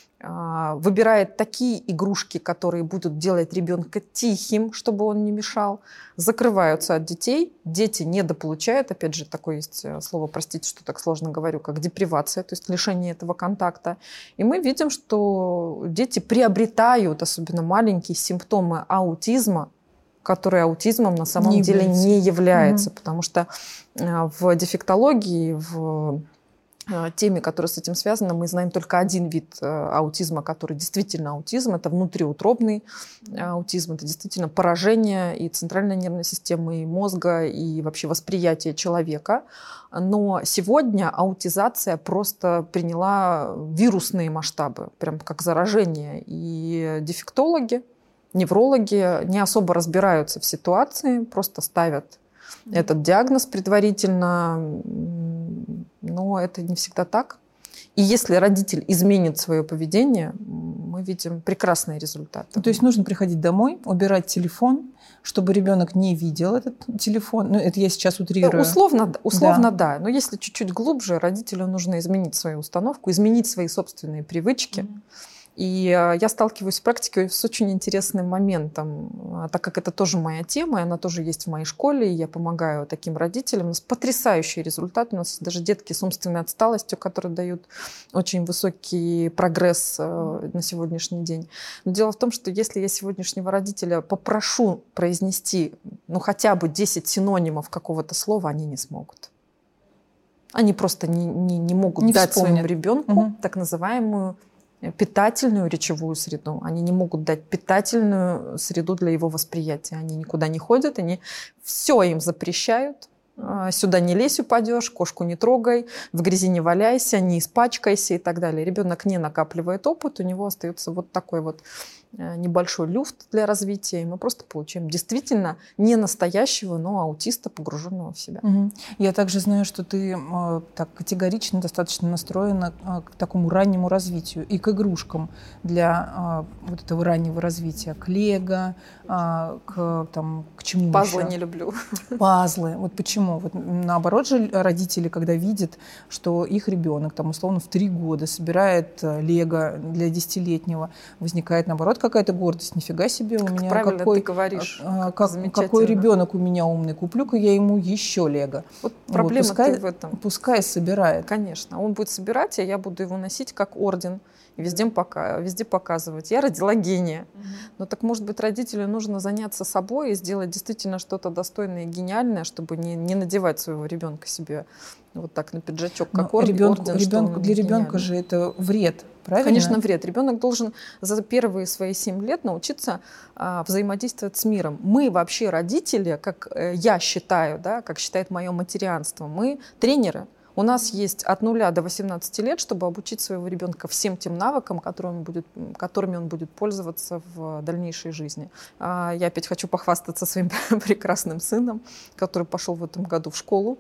выбирает такие игрушки, которые будут делать ребенка тихим, чтобы он не мешал, закрываются от детей, дети недополучают, опять же, такое есть слово, простите, что так сложно говорю, как депривация, то есть лишение этого контакта. И мы видим, что дети приобретают, особенно маленькие, симптомы аутизма, которые аутизмом на самом не деле является. не является, угу. потому что в дефектологии, в теме, которая с этим связана, мы знаем только один вид аутизма, который действительно аутизм. Это внутриутробный аутизм. Это действительно поражение и центральной нервной системы, и мозга, и вообще восприятия человека. Но сегодня аутизация просто приняла вирусные масштабы, прям как заражение. И дефектологи, неврологи не особо разбираются в ситуации, просто ставят этот диагноз предварительно, но это не всегда так. И если родитель изменит свое поведение, мы видим прекрасные результаты. То есть нужно приходить домой, убирать телефон, чтобы ребенок не видел этот телефон. Ну, это я сейчас утрирую. Условно, условно да. да. Но если чуть-чуть глубже, родителю нужно изменить свою установку, изменить свои собственные привычки. Mm-hmm. И я сталкиваюсь в практике с очень интересным моментом, так как это тоже моя тема, и она тоже есть в моей школе, и я помогаю таким родителям. У нас потрясающий результат, у нас есть даже детки с умственной отсталостью, которые дают очень высокий прогресс на сегодняшний день. Но дело в том, что если я сегодняшнего родителя попрошу произнести ну, хотя бы десять синонимов какого-то слова, они не смогут. Они просто не, не, не могут не дать вспомнят. Своему ребенку угу. так называемую питательную речевую среду. Они не могут дать питательную среду для его восприятия. Они никуда не ходят, они все им запрещают. Сюда не лезь, упадешь, кошку не трогай, в грязи не валяйся, не испачкайся и так далее. Ребенок не накапливает опыт, у него остается вот такой вот небольшой люфт для развития, и мы просто получаем действительно не настоящего, но аутиста, погруженного в себя. Угу. Я также знаю, что ты э, так категорично достаточно настроена э, к такому раннему развитию и к игрушкам для э, вот этого раннего развития, к лего, э, к, там, к чему Пазлы еще? не люблю. Пазлы. Вот почему? Вот наоборот же родители, когда видят, что их ребенок там условно в три года собирает лего для десятилетнего, возникает наоборот какая-то гордость. Нифига себе, у как меня правильно какой, ты говоришь, а, как как, какой ребенок у меня умный, куплю-ка я ему еще лего. Вот проблема вот, пускай, в этом. Пускай собирает. Конечно, он будет собирать, а я буду его носить как орден. И везде, пока, везде показывать. Я родила гения. Угу. Но так, может быть, родителю нужно заняться собой и сделать действительно что-то достойное и гениальное, чтобы не, не надевать своего ребенка себе вот так на пиджачок, как орден. Ребенку, орден ребенку, для ребенка же это вред, правильно? Конечно, вред. Ребенок должен за первые свои семь лет научиться а, взаимодействовать с миром. Мы вообще родители, как э, я считаю, да, как считает мое материанство, мы тренеры. У нас есть от нуля до восемнадцати лет, чтобы обучить своего ребенка всем тем навыкам, которыми он будет, которыми он будет пользоваться в дальнейшей жизни. Я опять хочу похвастаться своим прекрасным сыном, который пошел в этом году в школу.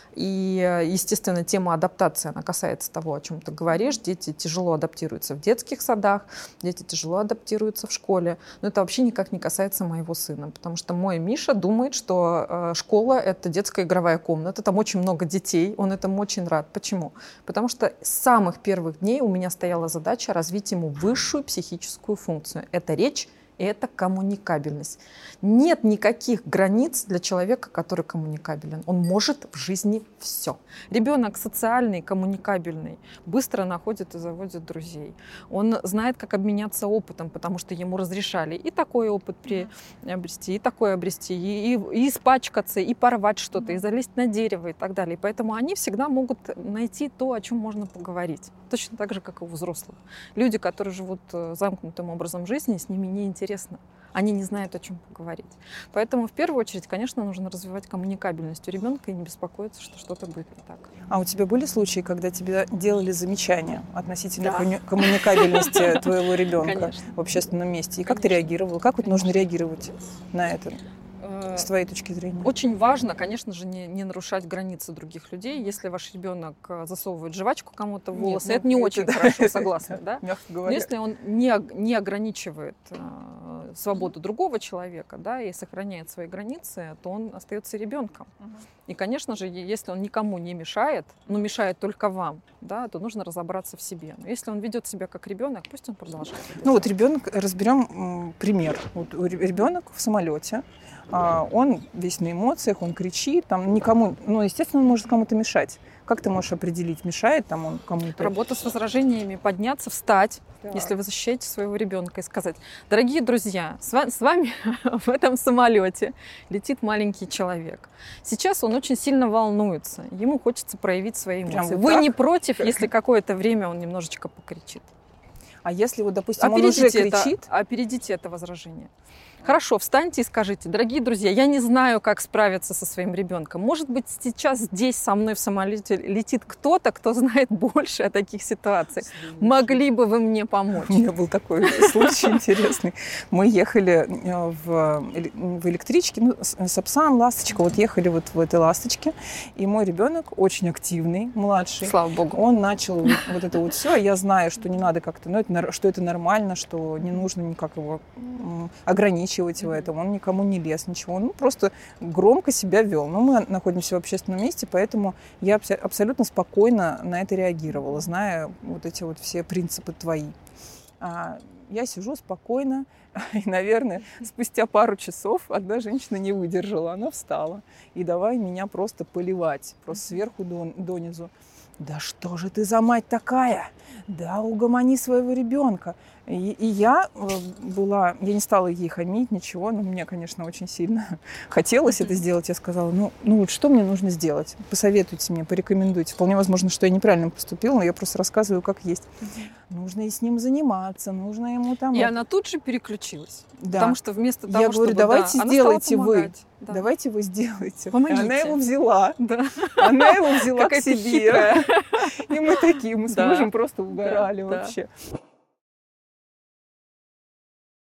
И, естественно, тема адаптации, она касается того, о чем ты говоришь. Дети тяжело адаптируются в детских садах, дети тяжело адаптируются в школе. Но это вообще никак не касается моего сына, потому что мой Миша думает, что э, школа — это детская игровая комната, там очень много детей, он этому очень рад. Почему? Потому что с самых первых дней у меня стояла задача развить ему высшую психическую функцию. Это речь, и это коммуникабельность. Нет никаких границ для человека, который коммуникабелен. Он может в жизни все. Ребенок социальный, коммуникабельный, быстро находит и заводит друзей. Он знает, как обменяться опытом, потому что ему разрешали и такой опыт приобрести, и такой обрести, и, и, и испачкаться, и порвать что-то, и залезть на дерево и так далее. И поэтому они всегда могут найти то, о чем можно поговорить. Точно так же, как и у взрослых. Люди, которые живут замкнутым образом жизни, с ними неинтересно. Они не знают, о чем поговорить. Поэтому в первую очередь, конечно, нужно развивать коммуникабельность у ребенка и не беспокоиться, что что-то будет не так. А у тебя были случаи, когда тебе делали замечания относительно да. коммуникабельности твоего ребенка в общественном месте? И как ты реагировала? Как вот нужно реагировать на это? С твоей точки зрения? Очень важно, конечно же, не, не нарушать границы других людей. Если ваш ребенок засовывает жвачку кому-то в волосы, Нет, это не это, очень да. хорошо, согласна, да? Но если он не, не ограничивает э, свободу другого человека, да, и сохраняет свои границы, то он остается ребенком. Угу. И, конечно же, если он никому не мешает, но мешает только вам, да, то нужно разобраться в себе. Но если он ведет себя как ребенок, пусть он продолжает. Ну вот ребенок, разберем м, пример. Вот ребенок в самолете. Он весь на эмоциях, он кричит, там никому, ну, естественно, он может кому-то мешать. Как ты можешь определить, мешает там он кому-то? Работа с возражениями, подняться, встать, да. если вы защищаете своего ребенка, и сказать: дорогие друзья, с вами в этом самолете летит маленький человек. Сейчас он очень сильно волнуется, ему хочется проявить свои эмоции. Вот вы так? Не против, если какое-то время он немножечко покричит? А если вот, допустим, опередите он уже кричит? Это, опередите это возражение. Хорошо, встаньте и скажите: дорогие друзья, я не знаю, как справиться со своим ребенком. Может быть, сейчас здесь со мной в самолете летит кто-то, кто знает больше о таких ситуациях. Могли бы вы мне помочь? У меня был такой случай интересный. Мы ехали в, в электричке, ну, Сапсан, Ласточка, вот ехали вот в этой Ласточке, и мой ребенок очень активный, младший. Слава богу. Он начал вот это вот все, я знаю, что не надо как-то, ну, это, что это нормально, что не нужно никак его ограничивать в этом, он никому не лез, ничего, он просто громко себя вел. Но мы находимся в общественном месте, поэтому я абсолютно спокойно на это реагировала, зная вот эти вот все принципы твои. Я сижу спокойно, и, наверное, спустя пару часов одна женщина не выдержала, она встала и давай меня просто поливать, просто сверху донизу. Да что же ты за мать такая? Да угомони своего ребенка. И, и я была, я не стала ей хамить, ничего, но мне, конечно, очень сильно хотелось это сделать. Я сказала: ну, ну вот что мне нужно сделать? Посоветуйте мне, порекомендуйте. Вполне возможно, что я неправильно поступила, но я просто рассказываю, как есть. Нужно и с ним заниматься, нужно ему там... И вот... она тут же переключилась. Да. Потому что вместо того, я говорю, чтобы... давайте да, сделайте вы. Да. Давайте вы сделаете. Помогите. И она его взяла. Да. Она его взяла к себе. Хитрая. И мы такие, мы с да. мужем просто угорали да. вообще.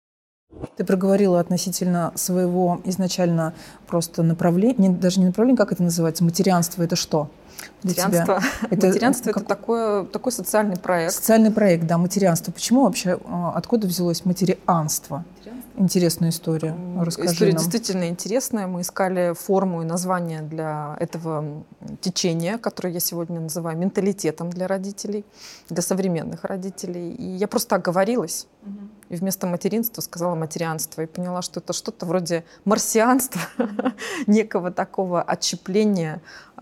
Ты проговорила относительно своего изначально просто направления, даже не направления, как это называется, материанство — это что? Материанство, это, материанство как... это такой, такой социальный проект. Социальный проект, да, материанство. Почему вообще, откуда взялось материанство? Интересная история. Расскажи История нам. Действительно интересная. Мы искали форму и название для этого течения, которое я сегодня называю менталитетом для родителей, для современных родителей. И я просто оговорилась. Угу. И вместо материнства сказала материанство. И поняла, что это что-то вроде марсианства, некого такого отщепления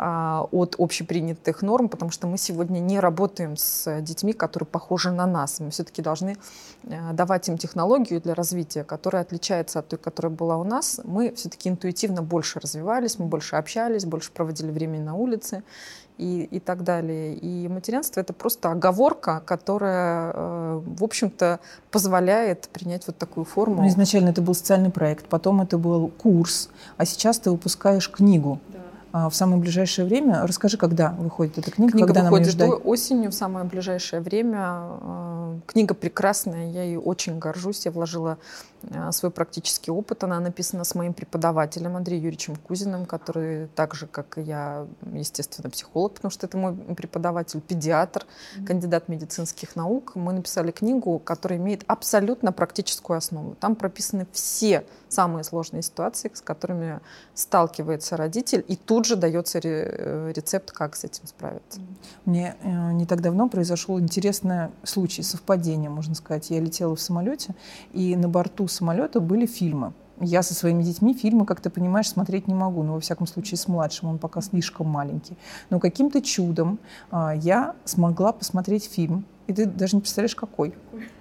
от общепринятых норм, потому что мы сегодня не работаем с детьми, которые похожи на нас. Мы все-таки должны давать им технологию для развития, которая отличается от той, которая была у нас. Мы все-таки интуитивно больше развивались, мы больше общались, больше проводили времени на улице и, и так далее. И материнство — это просто оговорка, которая, в общем-то, позволяет принять вот такую форму. Ну, изначально это был социальный проект, потом это был курс, а сейчас ты выпускаешь книгу. В самое ближайшее время. Расскажи, когда выходит эта книга? Книга когда выходит осенью, в самое ближайшее время. Книга прекрасная, я ей очень горжусь. Я вложила свой практический опыт. Она написана с моим преподавателем Андреем Юрьевичем Кузиным, который так же, как и я, естественно, психолог, потому что это мой преподаватель, педиатр, mm-hmm. кандидат медицинских наук. Мы написали книгу, которая имеет абсолютно практическую основу. Там прописаны все самые сложные ситуации, с которыми сталкивается родитель, и тут же дается рецепт, как с этим справиться. Мне э, не так давно произошел интересный случай, совпадение, можно сказать. Я летела в самолете, и на борту самолета были фильмы. Я со своими детьми фильмы, как ты понимаешь, смотреть не могу, но во всяком случае с младшим, он пока слишком маленький. Но каким-то чудом э, я смогла посмотреть фильм, и ты даже не представляешь, какой.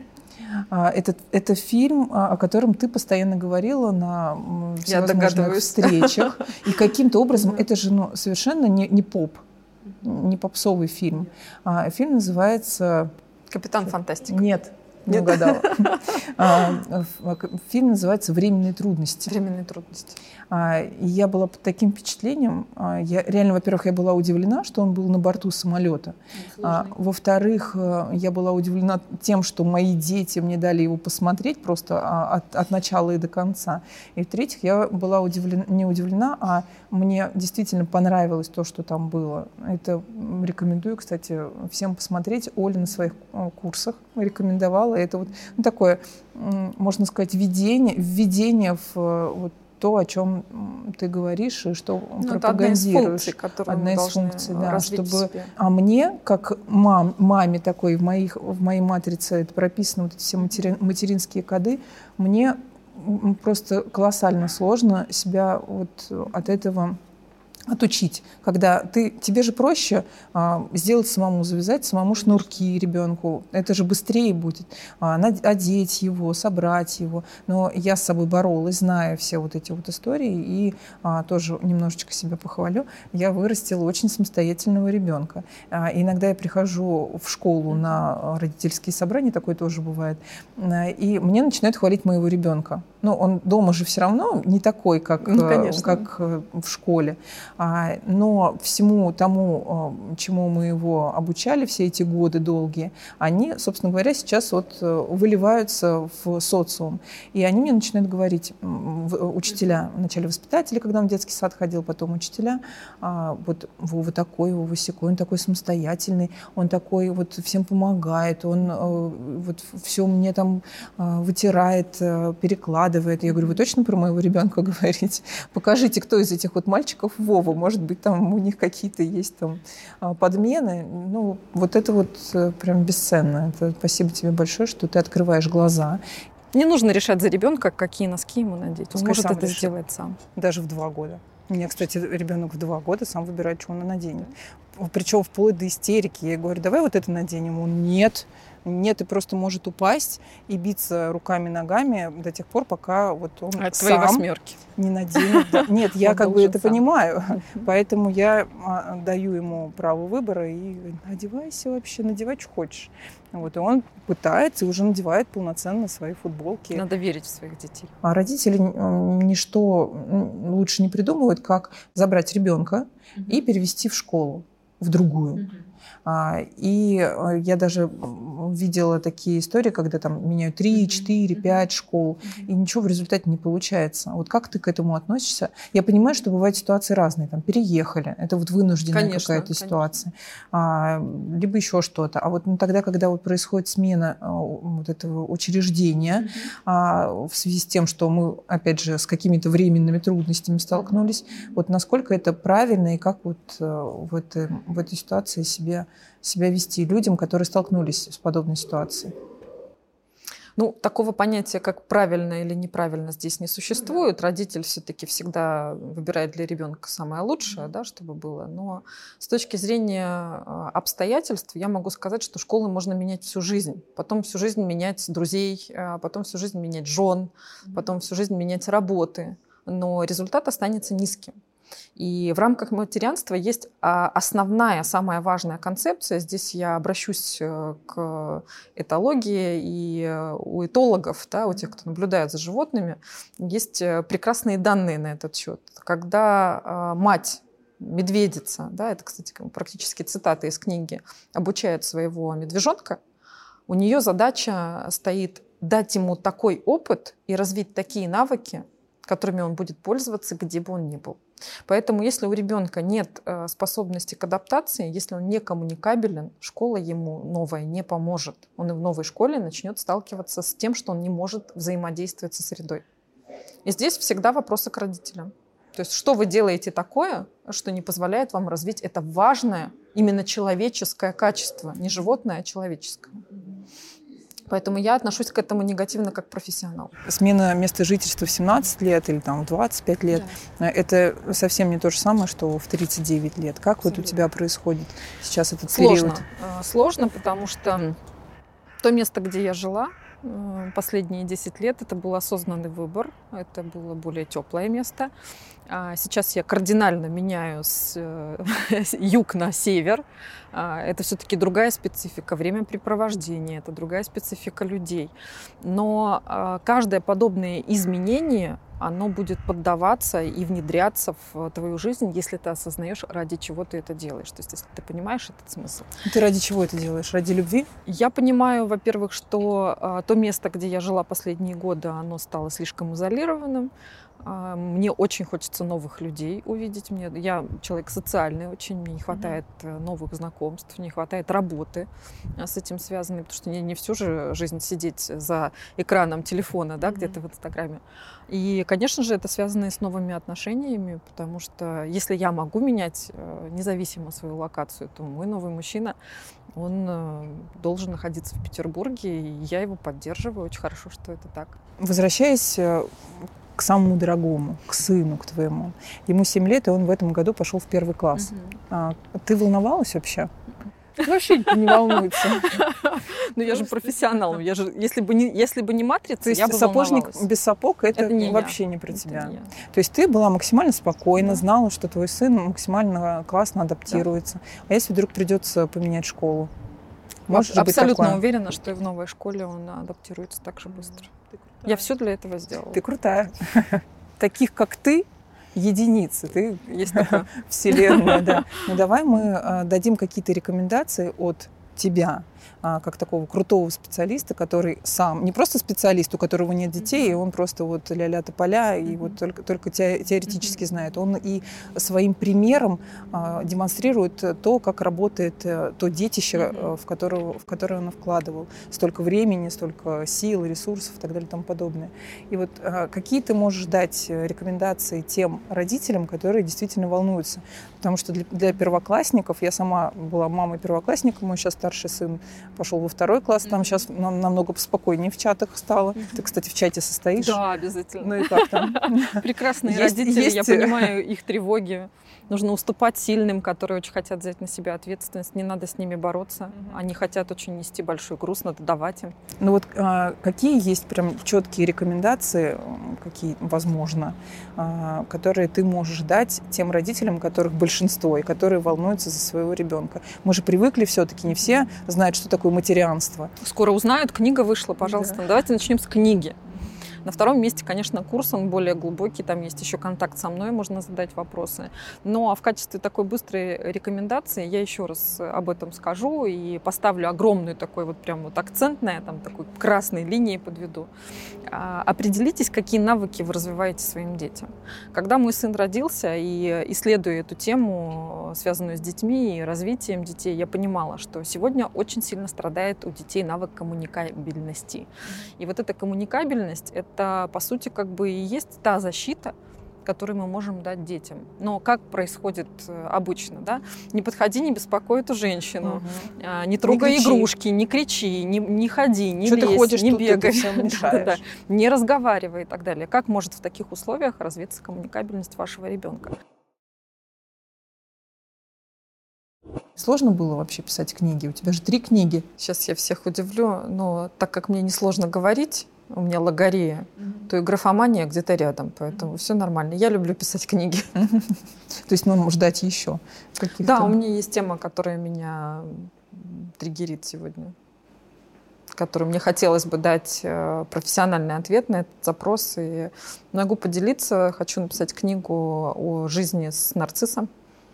Это, это фильм, о котором ты постоянно говорила на всевозможных встречах. И каким-то образом это же ну, совершенно не, не поп, не попсовый фильм. А фильм называется... «Капитан Фантастика». Нет. Не угадала. Фильм называется «Временные трудности». «Временные трудности». И я была под таким впечатлением. Я, реально, во-первых, я была удивлена, что он был на борту самолета. Во-вторых, я была удивлена тем, что мои дети мне дали его посмотреть просто от, от начала и до конца. И в-третьих, я была удивлена, не удивлена, а мне действительно понравилось то, что там было. Это рекомендую, кстати, всем посмотреть. Оля на своих курсах рекомендовала. Это вот ну, такое, можно сказать, введение, введение в вот, то, о чем ты говоришь и что ну, пропагандируешь. Это одна из функций, одна из функций, да, чтобы... себе. А мне, как мам, маме такой, в, моих, в моей матрице это прописаны вот эти все матери, материнские коды, мне просто колоссально сложно себя вот от этого отучить, когда ты, тебе же проще а, сделать самому, завязать самому шнурки ребенку, это же быстрее будет, а, одеть его, собрать его, но я с собой боролась, зная все вот эти вот истории, и а, тоже немножечко себя похвалю, я вырастила очень самостоятельного ребенка. А, иногда я прихожу в школу на родительские собрания, такое тоже бывает, а, и мне начинают хвалить моего ребенка. Ну, он дома же все равно не такой, как, ну, как в школе. Но всему тому, чему мы его обучали все эти годы долгие, они, собственно говоря, сейчас вот выливаются в социум. И они мне начинают говорить, учителя, вначале воспитатели, когда он в детский сад ходил, потом учителя, вот Вова такой, Вова сякой, он такой самостоятельный, он такой вот всем помогает, он вот все мне там вытирает, перекладывает. Я говорю, вы точно про моего ребенка говорите? Покажите, кто из этих вот мальчиков Вова. Может быть, там у них какие-то есть там подмены. Ну, вот это вот прям бесценно. Это спасибо тебе большое, что ты открываешь глаза. Не нужно решать за ребенка, какие носки ему надеть. Он может это решит. Сделать сам. Даже в два года. У меня, кстати, ребенок в два года сам выбирает, что он наденет. Причем вплоть до истерики. Я говорю, давай вот это наденем. Он нет. Нет, и просто может упасть и биться руками, ногами до тех пор, пока вот он а сам твои восьмерки. Не наденет. Да. Нет, я как бы это сам. Понимаю, поэтому я даю ему право выбора и одевайся вообще, надевай, что хочешь. Вот, и он пытается и уже надевает полноценно свои футболки. Надо верить в своих детей. А родители ничто лучше не придумывают, как забрать ребенка mm-hmm. и перевести в школу, в другую. Mm-hmm. И я даже видела такие истории, когда там меняют три, четыре, пять школ, и ничего в результате не получается. Вот как ты к этому относишься? Я понимаю, что бывают ситуации разные. Там переехали, это вот вынужденная конечно, какая-то конечно. ситуация. А, либо еще что-то. А вот ну, тогда, когда вот происходит смена а, вот этого учреждения, mm-hmm. а, в связи с тем, что мы, опять же, с какими-то временными трудностями столкнулись, mm-hmm. вот насколько это правильно и как вот а, в, этой, в этой ситуации себя, себя вести людям, которые столкнулись с подобной ситуацией? Ну, такого понятия, как правильно или неправильно, здесь не существует. Родитель все-таки всегда выбирает для ребенка самое лучшее, да, чтобы было. Но с точки зрения обстоятельств я могу сказать, что школы можно менять всю жизнь. Потом всю жизнь менять друзей, потом всю жизнь менять жен, потом всю жизнь менять работы. Но результат останется низким. И в рамках материнства есть основная, самая важная концепция. Здесь я обращусь к этологии, и у этологов, да, у тех, кто наблюдает за животными, есть прекрасные данные на этот счет. Когда мать, медведица, да, это, кстати, практически цитата из книги, обучает своего медвежонка, у нее задача стоит дать ему такой опыт и развить такие навыки, которыми он будет пользоваться, где бы он ни был. Поэтому, если у ребенка нет э, способности к адаптации, если он не коммуникабелен, школа ему новая не поможет. Он и в новой школе начнет сталкиваться с тем, что он не может взаимодействовать со средой. И здесь всегда вопросы к родителям. То есть, что вы делаете такое, что не позволяет вам развить это важное, именно человеческое качество, не животное, а человеческое. Поэтому я отношусь к этому негативно как профессионал. Смена места жительства в семнадцать лет или там, в двадцать пять лет, да. Это совсем не то же самое, что в тридцать девять лет. Как Абсолютно. Вот у тебя происходит сейчас этот Сложно. период? Сложно, потому что то место, где я жила последние десять лет, это был осознанный выбор, это было более теплое место. Сейчас я кардинально меняю с юг на север. Это все-таки другая специфика времяпрепровождения, это другая специфика людей. Но каждое подобное изменение, оно будет поддаваться и внедряться в твою жизнь, если ты осознаешь, ради чего ты это делаешь. То есть, если ты понимаешь этот смысл. Ты ради чего это делаешь? Ради любви? Я понимаю, во-первых, что то место, где я жила последние годы, оно стало слишком изолированным. Мне очень хочется новых людей увидеть. Мне, я человек социальный очень, мне не хватает mm-hmm. новых знакомств, не хватает работы с этим связанной, потому что не, не всю же жизнь сидеть за экраном телефона, да, mm-hmm. где-то в Инстаграме. И, конечно же, это связано и с новыми отношениями, потому что если я могу менять независимо свою локацию, то мой новый мужчина, он должен находиться в Петербурге, и я его поддерживаю. Очень хорошо, что это так. Возвращаясь к самому дорогому, к сыну, к твоему. Ему семь лет, и он в этом году пошел в первый класс. Uh-huh. А, ты волновалась вообще? Вообще не волнуется. Ну я же профессионал. Я же, если бы не, если бы не матрица, я бы волновалась. Сапожник без сапог, это, это не вообще я. Не про тебя. Не То есть ты была максимально спокойна, да. знала, что твой сын максимально классно адаптируется. Да. А если вдруг придется поменять школу? Может Абсолютно уверена, что и в новой школе он адаптируется так же быстро. Я все для этого сделала. Ты крутая. Таких, как ты, единицы. Ты есть такая вселенная, да. Ну давай мы дадим какие-то рекомендации от тебя, как такого крутого специалиста, который сам, не просто специалист, у которого нет детей, и он просто вот ля-ля тополя, и вот только, только теоретически знает. Он и своим примером демонстрирует то, как работает то детище, в которое, в которое он вкладывал. Столько времени, столько сил, ресурсов и так далее и тому подобное. И вот какие ты можешь дать рекомендации тем родителям, которые действительно волнуются? Потому что для, для первоклассников, я сама была мамой первоклассника, мой сейчас старший сын пошел во второй класс, там mm-hmm. сейчас нам, намного спокойнее в чатах стало. Mm-hmm. Ты, кстати, в чате состоишь? Да, обязательно. Ну и как там? Прекрасные родители, я понимаю их тревоги. Нужно уступать сильным, которые очень хотят взять на себя ответственность. Не надо с ними бороться. Mm-hmm. Они хотят очень нести большой груз, надо давать им. Ну вот а, какие есть прям четкие рекомендации, какие, возможно, а, которые ты можешь дать тем родителям, которых большинство, и которые волнуются за своего ребенка? Мы же привыкли все-таки, не все знают, что такое материнство. Скоро узнают, книга вышла, пожалуйста. Да. Давайте начнем с книги. На втором месте, конечно, курс, он более глубокий, там есть еще контакт со мной, можно задать вопросы. Ну, а в качестве такой быстрой рекомендации я еще раз об этом скажу и поставлю огромный такой вот прям вот акцент на этом, такой красной линией подведу. Определитесь, какие навыки вы развиваете своим детям. Когда мой сын родился, и исследуя эту тему, связанную с детьми и развитием детей, я понимала, что сегодня очень сильно страдает у детей навык коммуникабельности. И вот эта коммуникабельность, это, по сути, как бы и есть та защита, который мы можем дать детям. Но как происходит обычно, да? Не подходи, не беспокой эту женщину, угу. не трогай не игрушки, не кричи, не, не ходи, не что лезь, ты ходишь, не тут бегай, ты всем мешаешь. да, да, да. Не разговаривай и так далее. Как может в таких условиях развиться коммуникабельность вашего ребенка? Сложно было вообще писать книги? У тебя же три книги. Сейчас я всех удивлю, но так как мне несложно говорить, у меня логорея, mm-hmm. то и графомания где-то рядом, поэтому mm-hmm. все нормально. Я люблю писать книги. Mm-hmm. То есть мы можем ждать еще каких-то... Да, у меня есть тема, которая меня триггерит сегодня, которой мне хотелось бы дать профессиональный ответ на этот запрос. И могу поделиться, хочу написать книгу о жизни с нарциссом.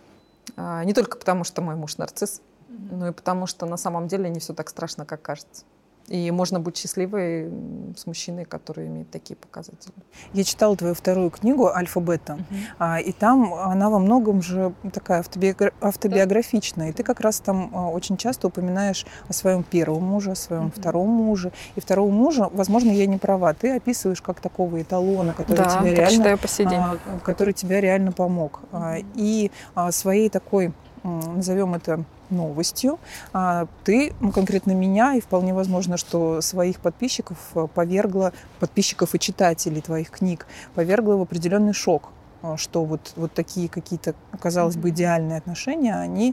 Не только потому, что мой муж нарцисс, mm-hmm. но и потому, что на самом деле не все так страшно, как кажется. И можно быть счастливой с мужчиной, который имеет такие показатели. Я читала твою вторую книгу «Альфа-Бета», uh-huh. и там она во многом же такая автобиогра- автобиографичная. И ты как раз там очень часто упоминаешь о своем первом муже, о своем uh-huh. втором муже. И второго мужа, возможно, я не права, ты описываешь как такого эталона, который, да, тебе, реально, по сей день. который тебе реально помог. Uh-huh. И своей такой, назовем это, новостью, ты, ну, конкретно меня, и вполне возможно, что своих подписчиков повергла, подписчиков и читателей твоих книг, повергла в определенный шок, что вот, вот такие какие-то, казалось бы, идеальные отношения, они,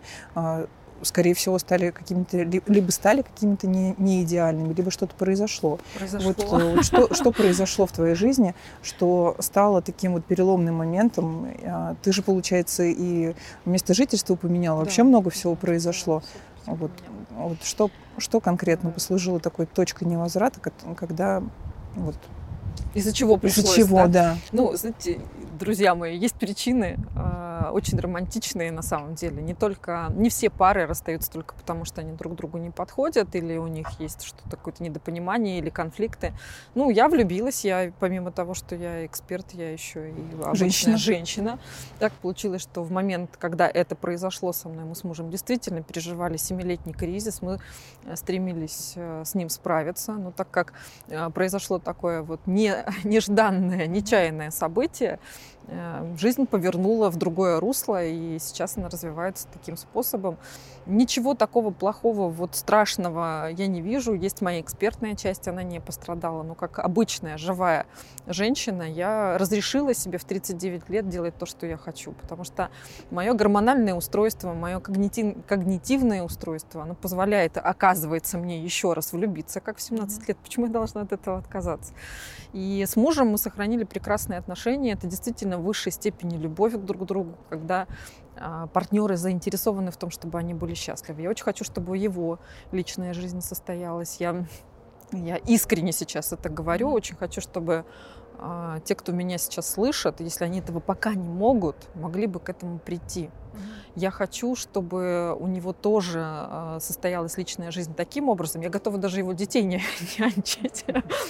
скорее всего, стали какими-то, либо стали какими-то не, не идеальными, либо что-то произошло. Произошло. Вот, вот что, что произошло в твоей жизни, что стало таким вот переломным моментом? Ты же, получается, и место жительства поменяла, вообще да. много всего произошло. Вот, вот что, что конкретно послужило такой точкой невозврата, когда вот... Из-за чего пришлось, Из-за чего, да? да. Ну, знаете, друзья мои, есть причины э, очень романтичные на самом деле. Не только, не все пары расстаются только потому, что они друг другу не подходят, или у них есть что-то, какое-то недопонимание или конфликты. Ну, я влюбилась, я помимо того, что я эксперт, я еще и обычная женщина. женщина. Так получилось, что в момент, когда это произошло со мной, мы с мужем действительно переживали семилетний кризис, мы стремились с ним справиться, но так как произошло такое вот не, нежданное, нечаянное событие, жизнь повернула в другое русло, и сейчас она развивается таким способом. Ничего такого плохого, вот страшного я не вижу. Есть моя экспертная часть, она не пострадала. Но как обычная живая женщина, я разрешила себе в тридцать девять лет делать то, что я хочу. Потому что мое гормональное устройство, мое когнитив, когнитивное устройство, оно позволяет, оказывается, мне еще раз влюбиться, как в семнадцать лет. Почему я должна от этого отказаться? И с мужем мы сохранили прекрасные отношения. Это действительно в высшей степени любовь друг к другу, когда а, партнеры заинтересованы в том, чтобы они были счастливы. Я очень хочу, чтобы его личная жизнь состоялась. Я, я искренне сейчас это говорю. Очень хочу, чтобы а, те, кто меня сейчас слышат, если они этого пока не могут, могли бы к этому прийти. Я хочу, чтобы у него тоже э, состоялась личная жизнь таким образом. Я готова даже его детей не нянчить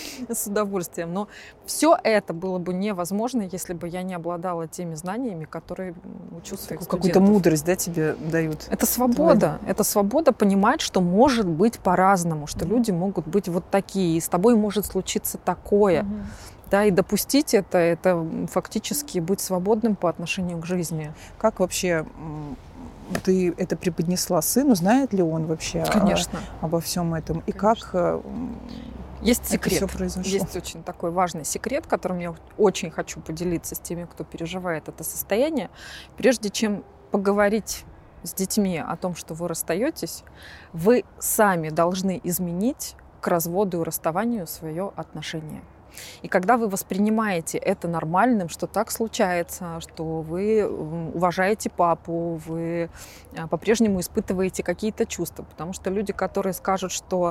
с удовольствием. Но все это было бы невозможно, если бы я не обладала теми знаниями, которые учу своих студентов. Какую-то мудрость, да, тебе дают? Это свобода. Это свобода понимать, что может быть по-разному, что mm-hmm. люди могут быть вот такие, и с тобой может случиться такое. Mm-hmm. Да, и допустить это, это фактически быть свободным по отношению к жизни. Как вообще ты это преподнесла сыну? Знает ли он вообще Конечно. О, обо всем этом? И Конечно. как есть секрет. Это все произошло? Есть очень такой важный секрет, которым я очень хочу поделиться с теми, кто переживает это состояние. Прежде чем поговорить с детьми о том, что вы расстаетесь, вы сами должны изменить к разводу и расставанию свое отношение. И когда вы воспринимаете это нормальным, что так случается, что вы уважаете папу, вы по-прежнему испытываете какие-то чувства, потому что люди, которые скажут, что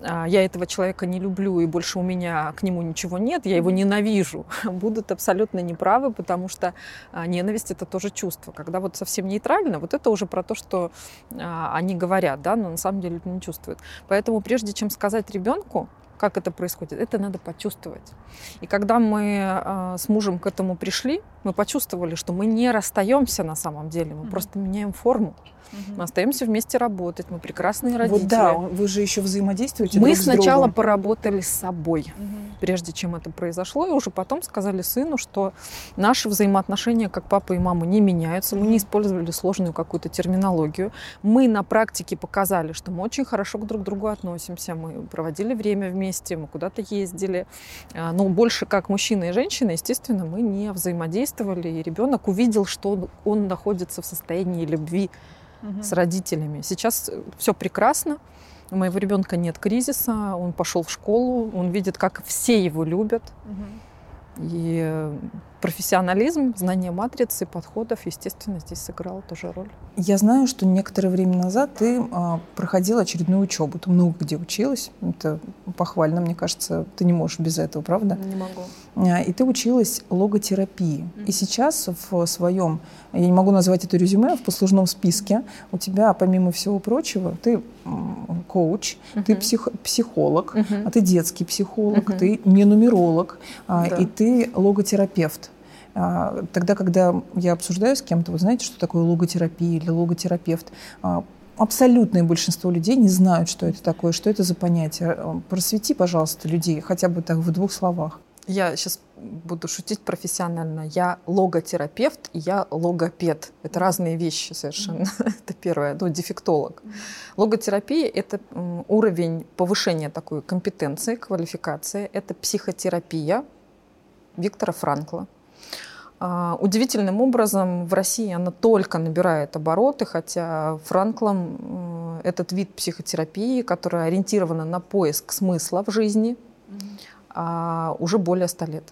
я этого человека не люблю и больше у меня к нему ничего нет, я его ненавижу, будут абсолютно неправы, потому что ненависть — это тоже чувство. Когда вот совсем нейтрально, вот это уже про то, что они говорят, да, но на самом деле это не чувствуют. Поэтому прежде чем сказать ребенку, как это происходит, это надо почувствовать. И когда мы э, с мужем к этому пришли, мы почувствовали, что мы не расстаемся на самом деле, мы mm-hmm. просто меняем форму. Mm-hmm. Мы остаемся вместе работать, мы прекрасные родители. Вот да, вы же еще взаимодействуете Мы друг с другом. сначала поработали с собой, mm-hmm. прежде чем это произошло, и уже потом сказали сыну, что наши взаимоотношения как папа и мама не меняются, mm-hmm. мы не использовали сложную какую-то терминологию. Мы на практике показали, что мы очень хорошо друг к другу относимся, мы проводили время вместе, мы куда-то ездили. Но больше как мужчина и женщина, естественно, мы не взаимодействовали, и ребенок увидел, что он находится в состоянии любви угу. с родителями. Сейчас все прекрасно, у моего ребенка нет кризиса, он пошел в школу, он видит, как все его любят. Угу. И профессионализм, знание матрицы, подходов, естественно, здесь сыграл тоже роль. Я знаю, что некоторое время назад ты а, проходила очередную учебу. Ты много где училась. Это похвально, мне кажется. Ты не можешь без этого, правда? Не могу. А, и ты училась логотерапии. Mm-hmm. И сейчас в своем, я не могу назвать это резюме, в послужном списке у тебя, помимо всего прочего, ты коуч, mm-hmm. ты псих, психолог, mm-hmm. а ты детский психолог, mm-hmm. ты ненумеролог, а, да. и ты логотерапевт. Тогда, когда я обсуждаю с кем-то, вы знаете, что такое логотерапия или логотерапевт, абсолютное большинство людей не знают, что это такое, что это за понятие. Просвети, пожалуйста, людей, хотя бы так в двух словах. Я сейчас буду шутить профессионально. Я логотерапевт и я логопед. Это разные вещи совершенно. Mm-hmm. Это первое, ну, дефектолог. Mm-hmm. Логотерапия — это уровень повышения такой компетенции, квалификации. Это психотерапия Виктора Франкла. Удивительным образом в России она только набирает обороты, хотя Франклом этот вид психотерапии, которая ориентирована на поиск смысла в жизни, mm-hmm. уже более ста лет.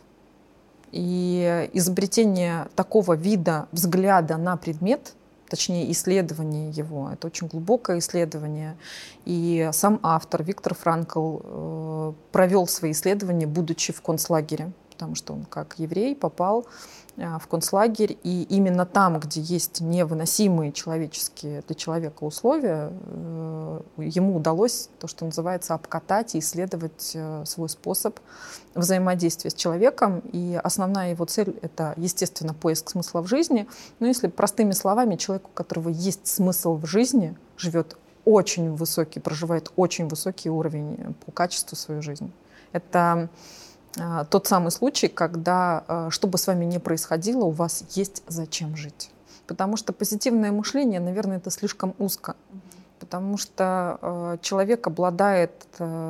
И изобретение такого вида взгляда на предмет, точнее исследование его, это очень глубокое исследование. И сам автор Виктор Франкл провел свои исследования, будучи в концлагере, потому что он как еврей попал в концлагерь, и именно там, где есть невыносимые человеческие для человека условия, ему удалось то, что называется, обкатать и исследовать свой способ взаимодействия с человеком. И основная его цель — это, естественно, поиск смысла в жизни. Но если простыми словами, человек, у которого есть смысл в жизни, живет очень высокий, проживает очень высокий уровень по качеству своей жизни. Это тот самый случай, когда, что бы с вами ни происходило, у вас есть зачем жить. Потому что позитивное мышление, наверное, это слишком узко. Mm-hmm. Потому что человек обладает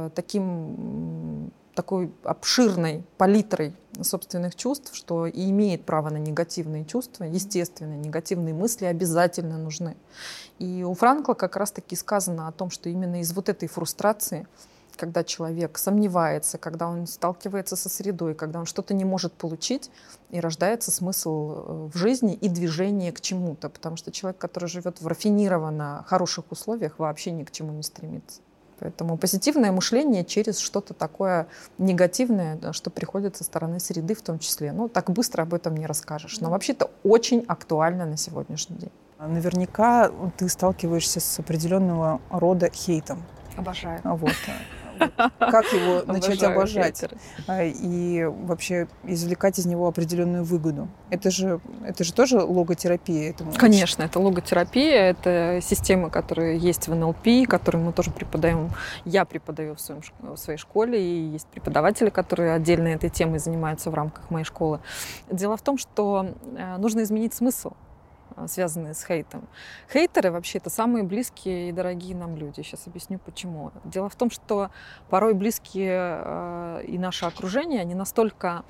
таким, такой обширной палитрой собственных чувств, что и имеет право на негативные чувства. Естественно, негативные мысли обязательно нужны. И у Франкла как раз-таки сказано о том, что именно из вот этой фрустрации, когда человек сомневается, когда он сталкивается со средой, когда он что-то не может получить, и рождается смысл в жизни и движение к чему-то. Потому что человек, который живет в рафинированно хороших условиях, вообще ни к чему не стремится. Поэтому позитивное мышление через что-то такое негативное, что приходит со стороны среды в том числе. Ну, так быстро об этом не расскажешь. Но вообще это очень актуально на сегодняшний день. Наверняка ты сталкиваешься с определенного рода хейтом. Обожаю. Вот. Как его начать обожать и вообще извлекать из него определенную выгоду? Это же, это же тоже логотерапия. Этому Конечно, это логотерапия, это системы, которые есть в эн эл пи, которые мы тоже преподаем. Я преподаю в, своем, в своей школе, и есть преподаватели, которые отдельно этой темой занимаются в рамках моей школы. Дело в том, что нужно изменить смысл, связанные с хейтом. Хейтеры вообще это самые близкие и дорогие нам люди. Сейчас объясню почему. Дело в том, что порой близкие э, и наше окружение, они настолько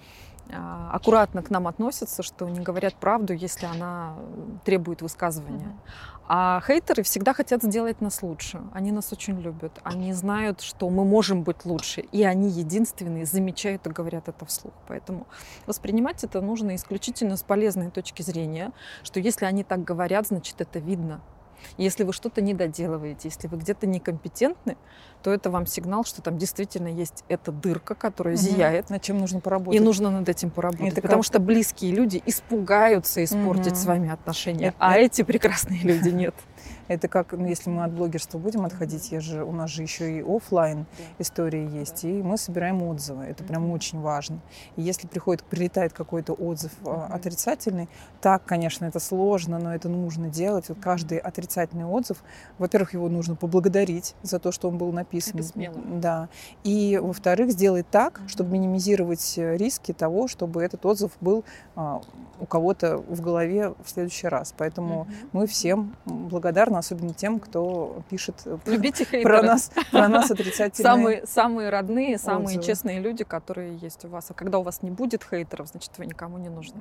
аккуратно к нам относятся, что не говорят правду, если она требует высказывания. Mm-hmm. А хейтеры всегда хотят сделать нас лучше. Они нас очень любят. Они знают, что мы можем быть лучше. И они единственные замечают и говорят это вслух. Поэтому воспринимать это нужно исключительно с полезной точки зрения, что если они так говорят, значит, это видно. Если вы что-то не доделываете, если вы где-то некомпетентны, то это вам сигнал, что там действительно есть эта дырка, которая угу. зияет. Над чем нужно поработать. И нужно над этим поработать. Это потому как... что близкие люди испугаются испортить угу. с вами отношения, это... а эти прекрасные люди нет. Это как, ну, если мы от блогерства будем отходить, я же, у нас же еще и офлайн истории есть, и мы собираем отзывы. Это прям очень важно. И если приходит, прилетает какой-то отзыв mm-hmm. отрицательный, так, конечно, это сложно, но это нужно делать. Вот каждый отрицательный отзыв, во-первых, его нужно поблагодарить за то, что он был написан. Это смело. Да. И, во-вторых, сделать так, mm-hmm. чтобы минимизировать риски того, чтобы этот отзыв был а, у кого-то в голове в следующий раз. Поэтому mm-hmm. мы всем благодарны, особенно тем, кто пишет Любите про нас, про нас отрицательные самые, самые родные, самые отзывы. Честные люди, которые есть у вас. А когда у вас не будет хейтеров, значит, вы никому не нужны.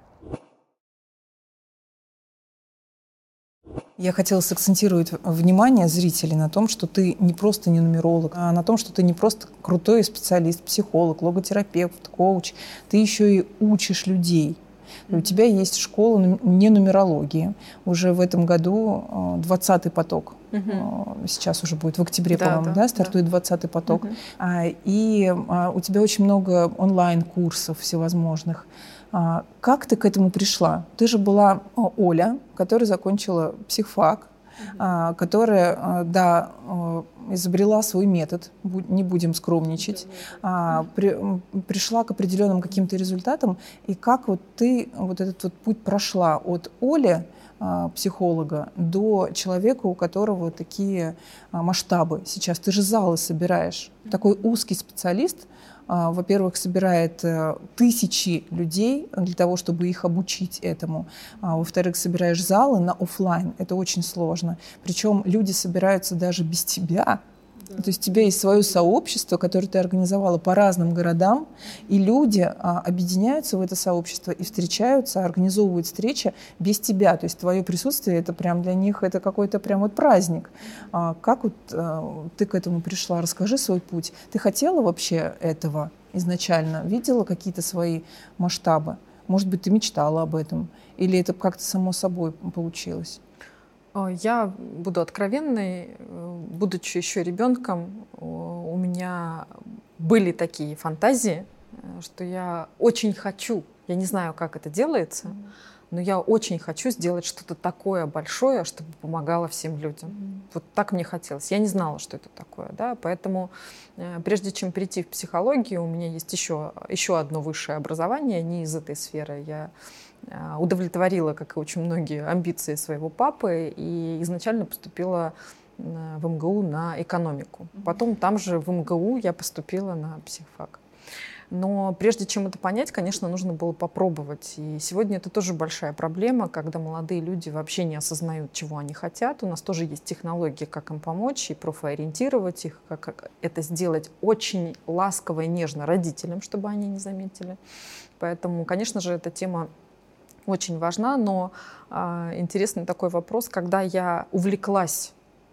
Я хотела сакцентировать внимание зрителей на том, что ты не просто не нумеролог, а на том, что ты не просто крутой специалист, психолог, логотерапевт, коуч. Ты еще и учишь людей. У тебя есть школа не нумерологии. Уже в этом году двадцатый поток. Угу. Сейчас уже будет в октябре, да, по-моему, да, да, стартует двадцатый поток. Угу. И у тебя очень много онлайн-курсов всевозможных. Как ты к этому пришла? Ты же была Оля, которая закончила психфак, Uh-huh. которая, да, изобрела свой метод, не будем скромничать, uh-huh. при, пришла к определенным каким-то результатам. И как вот ты вот этот вот путь прошла от Оли, психолога, до человека, у которого такие масштабы сейчас? Ты же залы собираешь. Uh-huh. Такой узкий специалист, во-первых, собирает тысячи людей для того, чтобы их обучить этому. Во-вторых, собираешь залы на офлайн. Это очень сложно. Причем люди собираются даже без тебя. Да. То есть у тебя есть свое сообщество, которое ты организовала по разным городам, и люди а, объединяются в это сообщество и встречаются, организовывают встречи без тебя. То есть твое присутствие, это прям для них это какой-то прям вот праздник. А, как вот а, ты к этому пришла? Расскажи свой путь. Ты хотела вообще этого изначально? Видела какие-то свои масштабы? Может быть, ты мечтала об этом? Или это как-то само собой получилось? Я буду откровенной. Будучи еще ребенком, у меня были такие фантазии, что я очень хочу, я не знаю, как это делается, mm-hmm. но я очень хочу сделать что-то такое большое, чтобы помогало всем людям. Mm-hmm. Вот так мне хотелось. Я не знала, что это такое, да, поэтому прежде чем перейти в психологию, у меня есть еще, еще одно высшее образование, не из этой сферы. Я удовлетворила, как и очень многие, амбиции своего папы и изначально поступила в эм гэ у на экономику. Потом там же в эм гэ у я поступила на психфак. Но прежде чем это понять, конечно, нужно было попробовать. И сегодня это тоже большая проблема, когда молодые люди вообще не осознают, чего они хотят. У нас тоже есть технологии, как им помочь и профориентировать их, как это сделать очень ласково и нежно родителям, чтобы они не заметили. Поэтому, конечно же, эта тема очень важна, но а, интересный такой вопрос, когда я увлеклась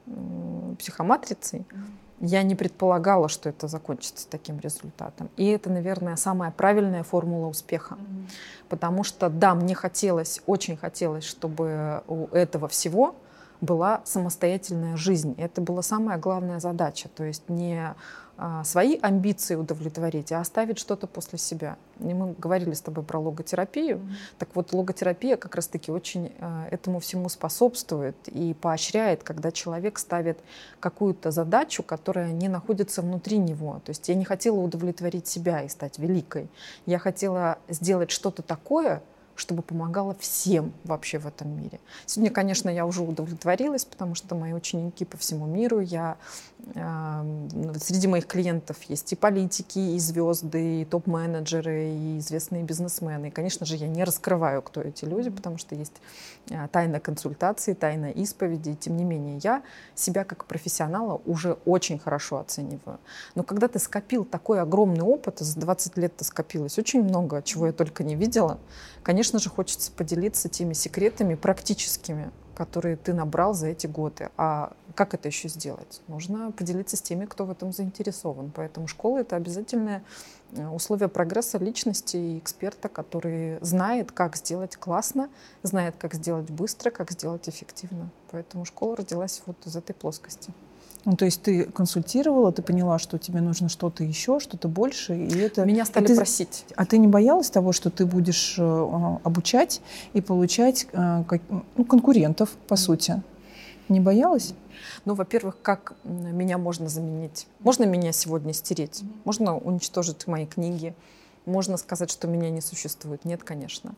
м, психоматрицей, mm-hmm. я не предполагала, что это закончится таким результатом. И это, наверное, самая правильная формула успеха. Mm-hmm. Потому что, да, мне хотелось, очень хотелось, чтобы у этого всего была самостоятельная жизнь. Это была самая главная задача. То есть не а, свои амбиции удовлетворить, а оставить что-то после себя. И мы говорили с тобой про логотерапию. Mm-hmm. Так вот, логотерапия как раз-таки очень а, этому всему способствует и поощряет, когда человек ставит какую-то задачу, которая не находится внутри него. То есть я не хотела удовлетворить себя и стать великой. Я хотела сделать что-то такое, чтобы помогала всем вообще в этом мире. Сегодня, конечно, я уже удовлетворилась, потому что мои ученики по всему миру, я, э, среди моих клиентов есть и политики, и звезды, и топ-менеджеры, и известные бизнесмены. И, конечно же, я не раскрываю, кто эти люди, потому что есть э, тайна консультации, тайна исповеди. И, тем не менее, я себя как профессионала уже очень хорошо оцениваю. Но когда ты скопил такой огромный опыт, за двадцать лет-то скопилось очень много, чего я только не видела, конечно же, хочется поделиться теми секретами практическими, которые ты набрал за эти годы. А как это еще сделать? Нужно поделиться с теми, кто в этом заинтересован. Поэтому школа — это обязательное условие прогресса личности и эксперта, который знает, как сделать классно, знает, как сделать быстро, как сделать эффективно. Поэтому школа родилась вот из этой плоскости. Ну, то есть ты консультировала, ты поняла, что тебе нужно что-то еще, что-то больше, и это... Меня стали ты... просить. А ты не боялась того, что ты будешь э, обучать и получать э, как... ну, конкурентов, по сути? Не боялась? Ну, во-первых, как меня можно заменить? Можно меня сегодня стереть? Можно уничтожить мои книги? Можно сказать, что меня не существует? Нет, конечно.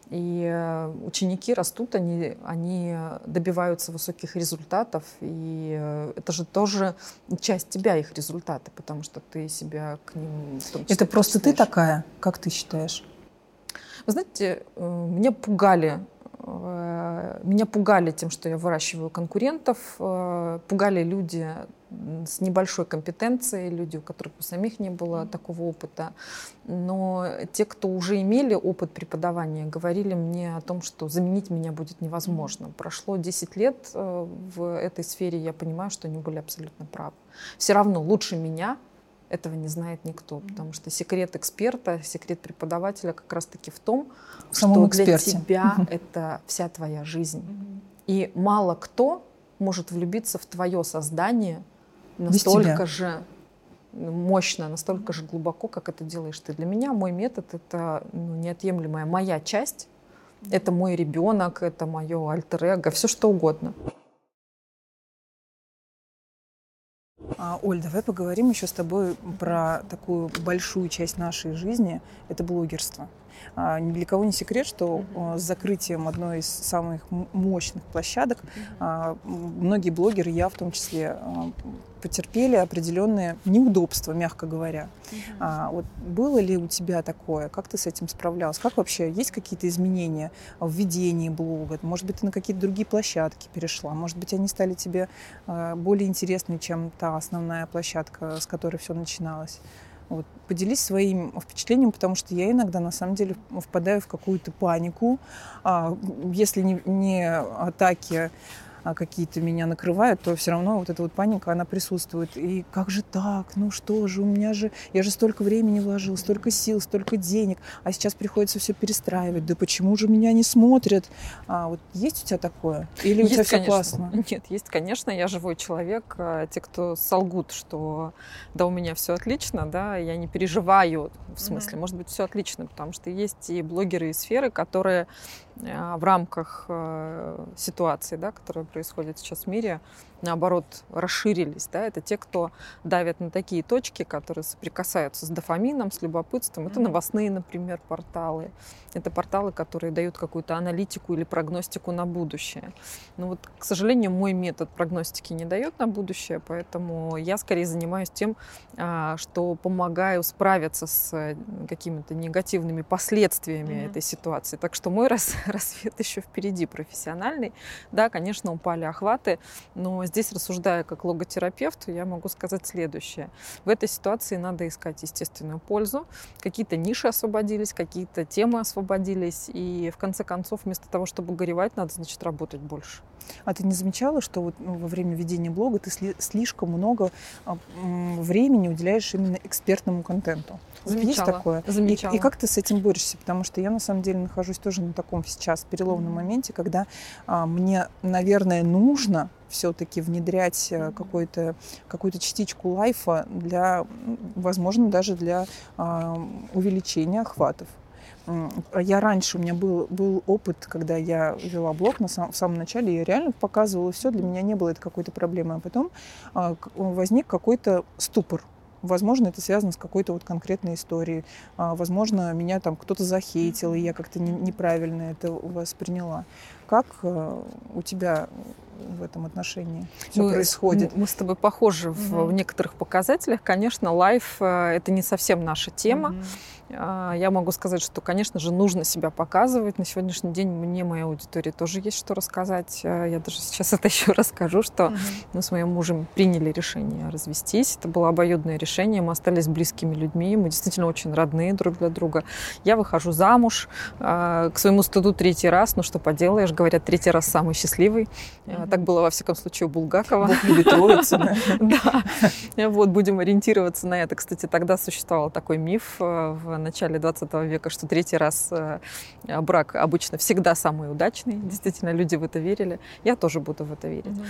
И ученики растут, они, они добиваются высоких результатов, и это же тоже часть тебя, их результаты, потому что ты себя к ним в том числе это просто ты причисляешь. такая, как ты считаешь? Вы знаете, меня пугали, меня пугали тем, что я выращиваю конкурентов, пугали люди с небольшой компетенцией, люди, у которых у самих не было такого опыта. Но те, кто уже имели опыт преподавания, говорили мне о том, что заменить меня будет невозможно. Прошло десять лет в этой сфере, я понимаю, что они были абсолютно правы. Все равно лучше меня этого не знает никто, потому что секрет эксперта, секрет преподавателя как раз-таки в том, в самом что для эксперте. тебя это вся твоя жизнь. И мало кто может влюбиться в твое создание настолько же мощно, настолько же глубоко, как это делаешь ты. Для меня мой метод — это ну, неотъемлемая моя часть, это мой ребенок, это мое альтер-эго, все что угодно. А, Оль, давай поговорим еще с тобой про такую большую часть нашей жизни — это блогерство. А, ни для кого не секрет, что а, с закрытием одной из самых мощных площадок а, многие блогеры, я в том числе, а, потерпели определенные неудобства, мягко говоря. А, вот было ли у тебя такое? Как ты с этим справлялась? Как вообще, есть какие-то изменения в ведении блога? Может быть, ты на какие-то другие площадки перешла? Может быть, они стали тебе а, более интересны, чем та основная площадка, с которой все начиналось? Вот. Поделись своим впечатлением, потому что я иногда, на самом деле, впадаю в какую-то панику. А, если не, не атаки а какие-то меня накрывают, то все равно вот эта вот паника, она присутствует. И как же так? Ну что же, у меня же... Я же столько времени вложил, столько сил, столько денег, а сейчас приходится все перестраивать. Да почему же меня не смотрят? А вот есть у тебя такое? Или есть, у тебя все конечно. классно? Нет, есть, конечно. Я живой человек. Те, кто солгут, что да, у меня все отлично, да, я не переживаю, в смысле, mm-hmm. может быть, все отлично, потому что есть и блогеры, и сферы, которые в рамках э, ситуации, да, которая происходит сейчас в мире, наоборот, расширились. Да? Это те, кто давят на такие точки, которые соприкасаются с дофамином, с любопытством. Это новостные, например, порталы. Это порталы, которые дают какую-то аналитику или прогностику на будущее. Но вот, к сожалению, мой метод прогностики не дает на будущее, поэтому я скорее занимаюсь тем, что помогаю справиться с какими-то негативными последствиями mm-hmm. этой ситуации. Так что мой рассвет еще впереди профессиональный. Да, конечно, упали охваты, но здесь, рассуждая как логотерапевт, я могу сказать следующее. В этой ситуации надо искать естественную пользу. Какие-то ниши освободились, какие-то темы освободились. И в конце концов, вместо того, чтобы горевать, надо, значит, работать больше. А ты не замечала, что вот, ну, во время ведения блога ты сли- слишком много а, м, времени уделяешь именно экспертному контенту? Замечала. Есть такое? Замечала. И, и как ты с этим борешься? Потому что я, на самом деле, нахожусь тоже на таком сейчас переломном mm-hmm. моменте, когда а, мне, наверное, нужно все-таки внедрять mm-hmm. какую-то, какую-то частичку лайфа для, возможно, даже для а, увеличения охватов. Я раньше, у меня был, был опыт, когда я вела блог на сам, в самом начале, я реально показывала все, для меня не было это какой-то проблемой. А потом а, возник какой-то ступор. Возможно, это связано с какой-то вот конкретной историей. Возможно, меня там кто-то захейтил, и я как-то не, неправильно это восприняла. Как у тебя в этом отношении все мы, происходит? Мы с тобой похожи в, mm-hmm. в некоторых показателях. Конечно, лайф – это не совсем наша тема. Mm-hmm. Я могу сказать, что, конечно же, нужно себя показывать. На сегодняшний день мне, моей аудитории, тоже есть что рассказать. Я даже сейчас это еще расскажу, что mm-hmm. мы с моим мужем приняли решение развестись. Это было обоюдное решение. Мы остались близкими людьми. Мы действительно очень родные друг для друга. Я выхожу замуж к своему стыду третий раз. Ну, что поделаешь, говорят, третий раз самый счастливый. Mm-hmm. Так было, во всяком случае, у Булгакова. Бог любит троицу. Да. Вот, будем ориентироваться на это. Кстати, тогда существовал такой миф в начале двадцатого века, что третий раз брак обычно всегда самый удачный. Действительно, люди в это верили. Я тоже буду в это верить. Mm-hmm.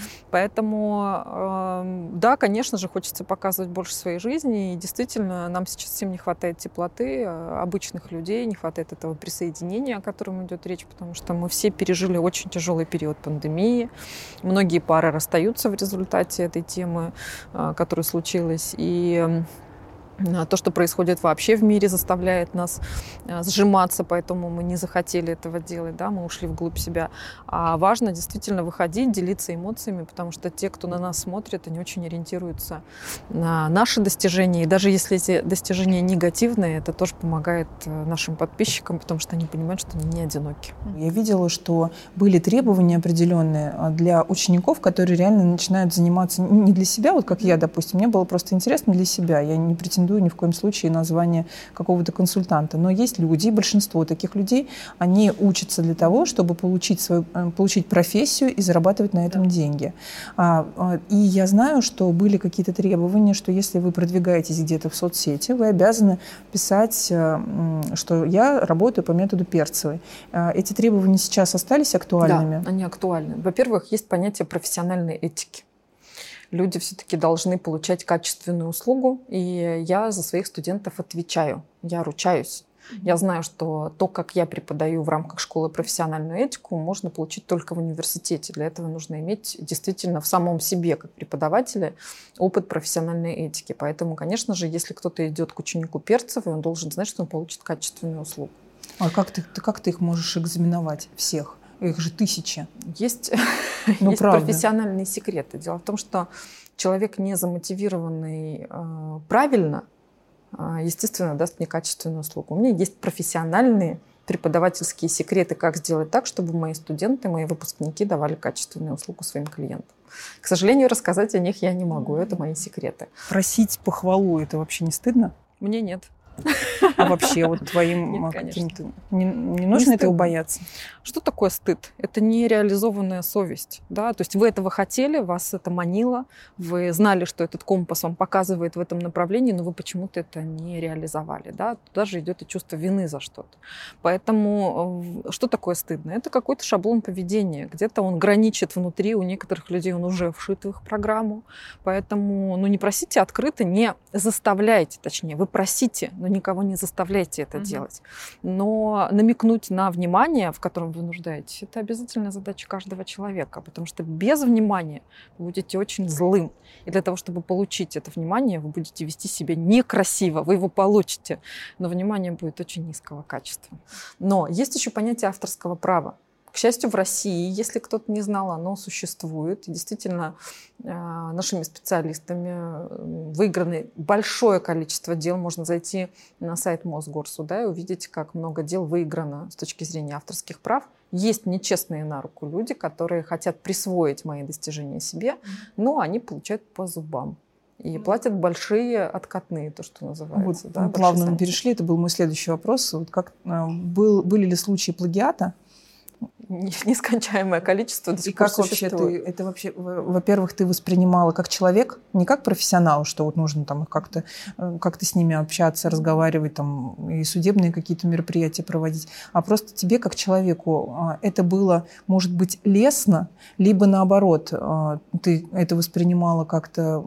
Поэтому, да, конечно же, хочется показывать больше своей жизни. И действительно, нам сейчас всем не хватает теплоты, обычных людей, не хватает этого присоединения, о котором идет речь, потому что мы все пережили очень тяжелый период пандемии. Многие пары расстаются в результате этой темы, которая случилась. И то, что происходит вообще в мире, заставляет нас сжиматься, поэтому мы не захотели этого делать, да, мы ушли вглубь себя. А важно действительно выходить, делиться эмоциями, потому что те, кто на нас смотрит, они очень ориентируются на наши достижения. И даже если эти достижения негативные, это тоже помогает нашим подписчикам, потому что они понимают, что они не одиноки. Я видела, что были требования определенные для учеников, которые реально начинают заниматься не для себя, вот как я, допустим, мне было просто интересно для себя, я не претендую ни в коем случае на звание какого-то консультанта. Но есть люди, большинство таких людей, они учатся для того, чтобы получить, свою, получить профессию и зарабатывать на этом деньги. И я знаю, что были какие-то требования, что если вы продвигаетесь где-то в соцсети, вы обязаны писать, что я работаю по методу Перцевой. Эти требования сейчас остались актуальными? Да, они актуальны. Во-первых, есть понятие профессиональной этики. Люди все-таки должны получать качественную услугу, и я за своих студентов отвечаю, я ручаюсь. Mm-hmm. Я знаю, что то, как я преподаю в рамках школы профессиональную этику, можно получить только в университете. Для этого нужно иметь действительно в самом себе, как преподавателя, опыт профессиональной этики. Поэтому, конечно же, если кто-то идет к ученику Перцевой, он должен знать, что он получит качественную услугу. А как ты, как ты их можешь экзаменовать всех? Их же тысячи. Есть, есть профессиональные секреты. Дело в том, что человек, не замотивированный э, правильно, э, естественно, даст мне качественную услугу. У меня есть профессиональные преподавательские секреты, как сделать так, чтобы мои студенты, мои выпускники давали качественную услугу своим клиентам. К сожалению, рассказать о них я не могу. Это мои секреты. Просить похвалу – это вообще не стыдно? Мне нет. А вообще вот твоим каким-то... Не, не нужно не этого бояться? Что такое стыд? Это нереализованная совесть. Да? То есть вы этого хотели, вас это манило, вы знали, что этот компас вам показывает в этом направлении, но вы почему-то это не реализовали. Да? Туда же идет и чувство вины за что-то. Поэтому что такое стыдно? Это какой-то шаблон поведения. Где-то он граничит внутри, у некоторых людей он уже вшит в их программу. Поэтому ну, не просите открыто, не заставляйте, точнее, вы просите, но никого не заставляйте это mm-hmm. делать. Но намекнуть на внимание, в котором вы нуждаетесь, это обязательная задача каждого человека, потому что без внимания вы будете очень злым. И для того, чтобы получить это внимание, вы будете вести себя некрасиво, вы его получите, но внимание будет очень низкого качества. Но есть еще понятие авторского права. К счастью, в России, если кто-то не знал, оно существует. И действительно, нашими специалистами выиграно большое количество дел. Можно зайти на сайт Мосгорсуда и увидеть, как много дел выиграно с точки зрения авторских прав. Есть нечестные на руку люди, которые хотят присвоить мои достижения себе, но они получают по зубам. И платят большие откатные, то, что называется. Вот, да, мы плавно мы перешли, это был мой следующий вопрос. Вот как, был, были ли случаи плагиата? Нескончаемое количество до сих пор существует. Вообще ты, это вообще, во-первых, ты воспринимала как человек, не как профессионал, что вот нужно там как-то, как-то с ними общаться, разговаривать, там, и судебные какие-то мероприятия проводить, а просто тебе как человеку это было, может быть, лестно, либо наоборот, ты это воспринимала как-то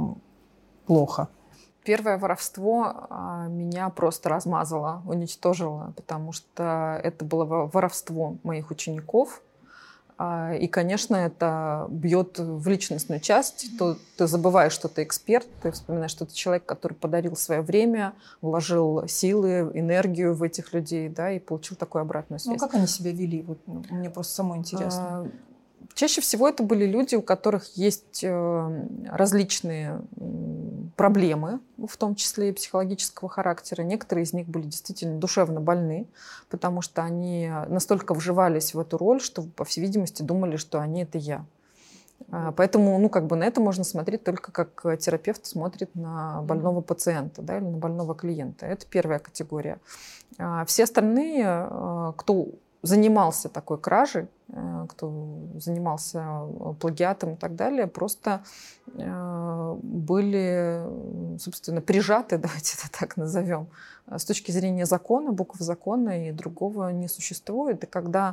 плохо? Первое воровство меня просто размазало, уничтожило, потому что это было воровство моих учеников. И, конечно, это бьет в личностную часть. То ты забываешь, что ты эксперт, ты вспоминаешь, что ты человек, который подарил свое время, вложил силы, энергию в этих людей, да, и получил такую обратную связь. Ну, как они себя вели? Вот, мне просто самое интересно. А, чаще всего это были люди, у которых есть различные проблемы, в том числе и психологического характера. Некоторые из них были действительно душевно больны, потому что они настолько вживались в эту роль, что, по всей видимости, думали, что они — это я. Поэтому, ну, как бы на это можно смотреть только как терапевт смотрит на больного пациента, да, или на больного клиента. Это первая категория. Все остальные, кто занимался такой кражей, кто занимался плагиатом и так далее, просто были, собственно, прижаты, давайте это так назовем, с точки зрения закона, букв закона, и другого не существует. И когда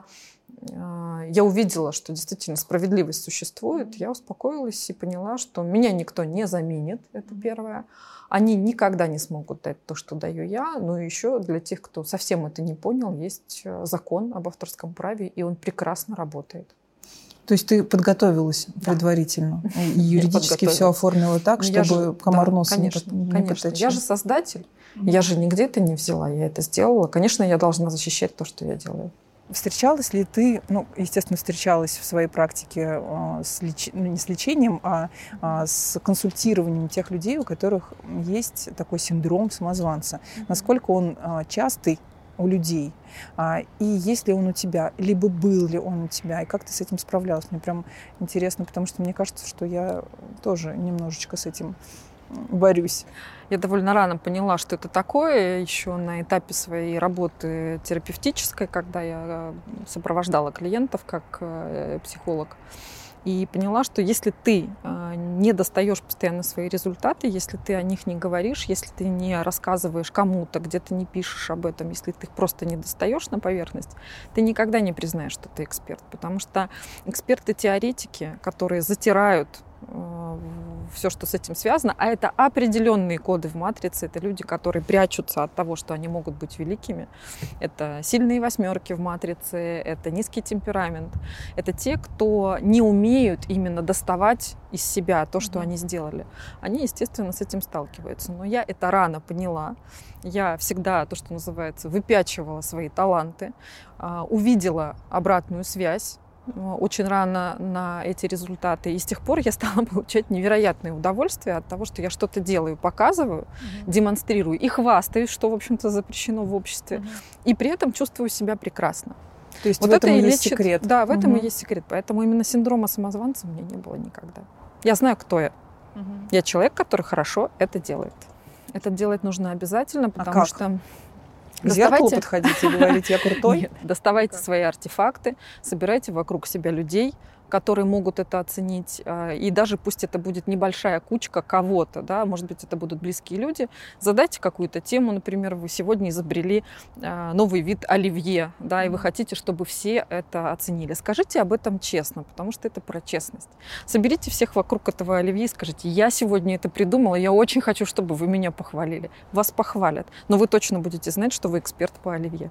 я увидела, что действительно справедливость существует, я успокоилась и поняла, что меня никто не заменит, это первое. Они никогда не смогут дать то, что даю я, но еще для тех, кто совсем это не понял, есть закон об авторском праве, и он прекрасно работает. То есть ты подготовилась да. предварительно и юридически все оформила так, чтобы же, комар да, носа конечно, не, не конечно. Я же создатель, mm-hmm. я же нигде это не взяла, я это сделала. Конечно, я должна защищать то, что я делаю. Встречалась ли ты, ну, естественно, встречалась в своей практике э, с леч... ну, не с лечением, а, а с консультированием тех людей, у которых есть такой синдром самозванца? Mm-hmm. Насколько он а, частый у людей? А, и есть ли он у тебя? Либо был ли он у тебя? И как ты с этим справлялась? Мне прям интересно, потому что мне кажется, что я тоже немножечко с этим борюсь. Я довольно рано поняла, что это такое, еще на этапе своей работы терапевтической, когда я сопровождала клиентов как психолог. И поняла, что если ты не достаешь постоянно свои результаты, если ты о них не говоришь, если ты не рассказываешь кому-то, где-то не пишешь об этом, если ты их просто не достаешь на поверхность, ты никогда не признаешь, что ты эксперт. Потому что эксперты-теоретики, которые затирают все, что с этим связано, а это определенные коды в матрице, это люди, которые прячутся от того, что они могут быть великими, это сильные восьмерки в матрице, это низкий темперамент, это те, кто не умеют именно доставать из себя то, что mm-hmm. они сделали. Они, естественно, с этим сталкиваются. Но я это рано поняла. Я всегда, то, что называется, выпячивала свои таланты, увидела обратную связь очень рано на эти результаты. И с тех пор я стала получать невероятное удовольствие от того, что я что-то делаю, показываю, mm-hmm. демонстрирую и хвастаюсь, что, в общем-то, запрещено в обществе. Mm-hmm. И при этом чувствую себя прекрасно. То есть вот в этом и есть лечит... секрет. Да, в этом mm-hmm. и есть секрет. Поэтому именно синдрома самозванца у меня не было никогда. Я знаю, кто я. Mm-hmm. Я человек, который хорошо это делает. Это делать нужно обязательно, потому а что... К зеркалу подходите и говорите, я крутой? Нет, доставайте свои артефакты, собирайте вокруг себя людей, которые могут это оценить. И даже пусть это будет небольшая кучка кого-то, да, может быть, это будут близкие люди, задайте какую-то тему, например, вы сегодня изобрели новый вид оливье, да, и вы хотите, чтобы все это оценили. Скажите об этом честно, потому что это про честность. Соберите всех вокруг этого оливье и скажите, я сегодня это придумала, я очень хочу, чтобы вы меня похвалили. Вас похвалят, но вы точно будете знать, что вы эксперт по оливье.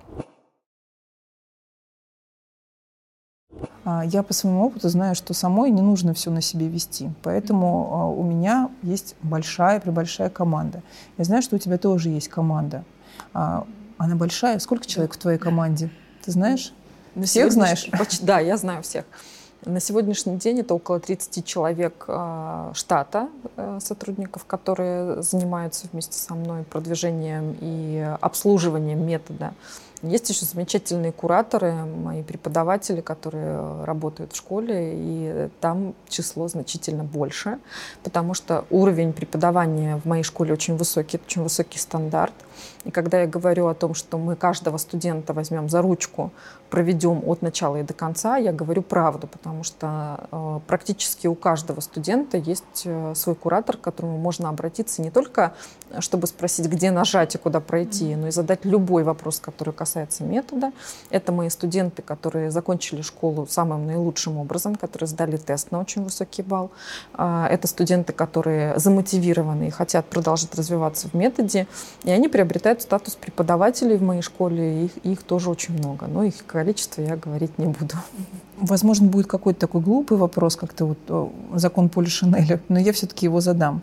Я по своему опыту знаю, что самой не нужно все на себе вести. Поэтому у меня есть большая-пребольшая команда. Я знаю, что у тебя тоже есть команда. Она большая. Сколько человек в твоей команде? Ты знаешь? На всех знаешь? Да, я знаю всех. На сегодняшний день это около тридцать человек штата сотрудников, которые занимаются вместе со мной продвижением и обслуживанием метода. Есть еще замечательные кураторы, мои преподаватели, которые работают в школе, и там число значительно больше, потому что уровень преподавания в моей школе очень высокий, очень высокий стандарт. И когда я говорю о том, что мы каждого студента возьмем за ручку, проведем от начала и до конца, я говорю правду, потому что э, практически у каждого студента есть э, свой куратор, к которому можно обратиться не только, чтобы спросить, где нажать и куда пройти, но и задать любой вопрос, который касается касается метода. Это мои студенты, которые закончили школу самым наилучшим образом, которые сдали тест на очень высокий балл. Это студенты, которые замотивированы и хотят продолжить развиваться в методе. И они приобретают статус преподавателей в моей школе. Их, их тоже очень много. Но их количество я говорить не буду. Возможно, будет какой-то такой глупый вопрос, как-то вот закон Поля Шинеля, но я все-таки его задам.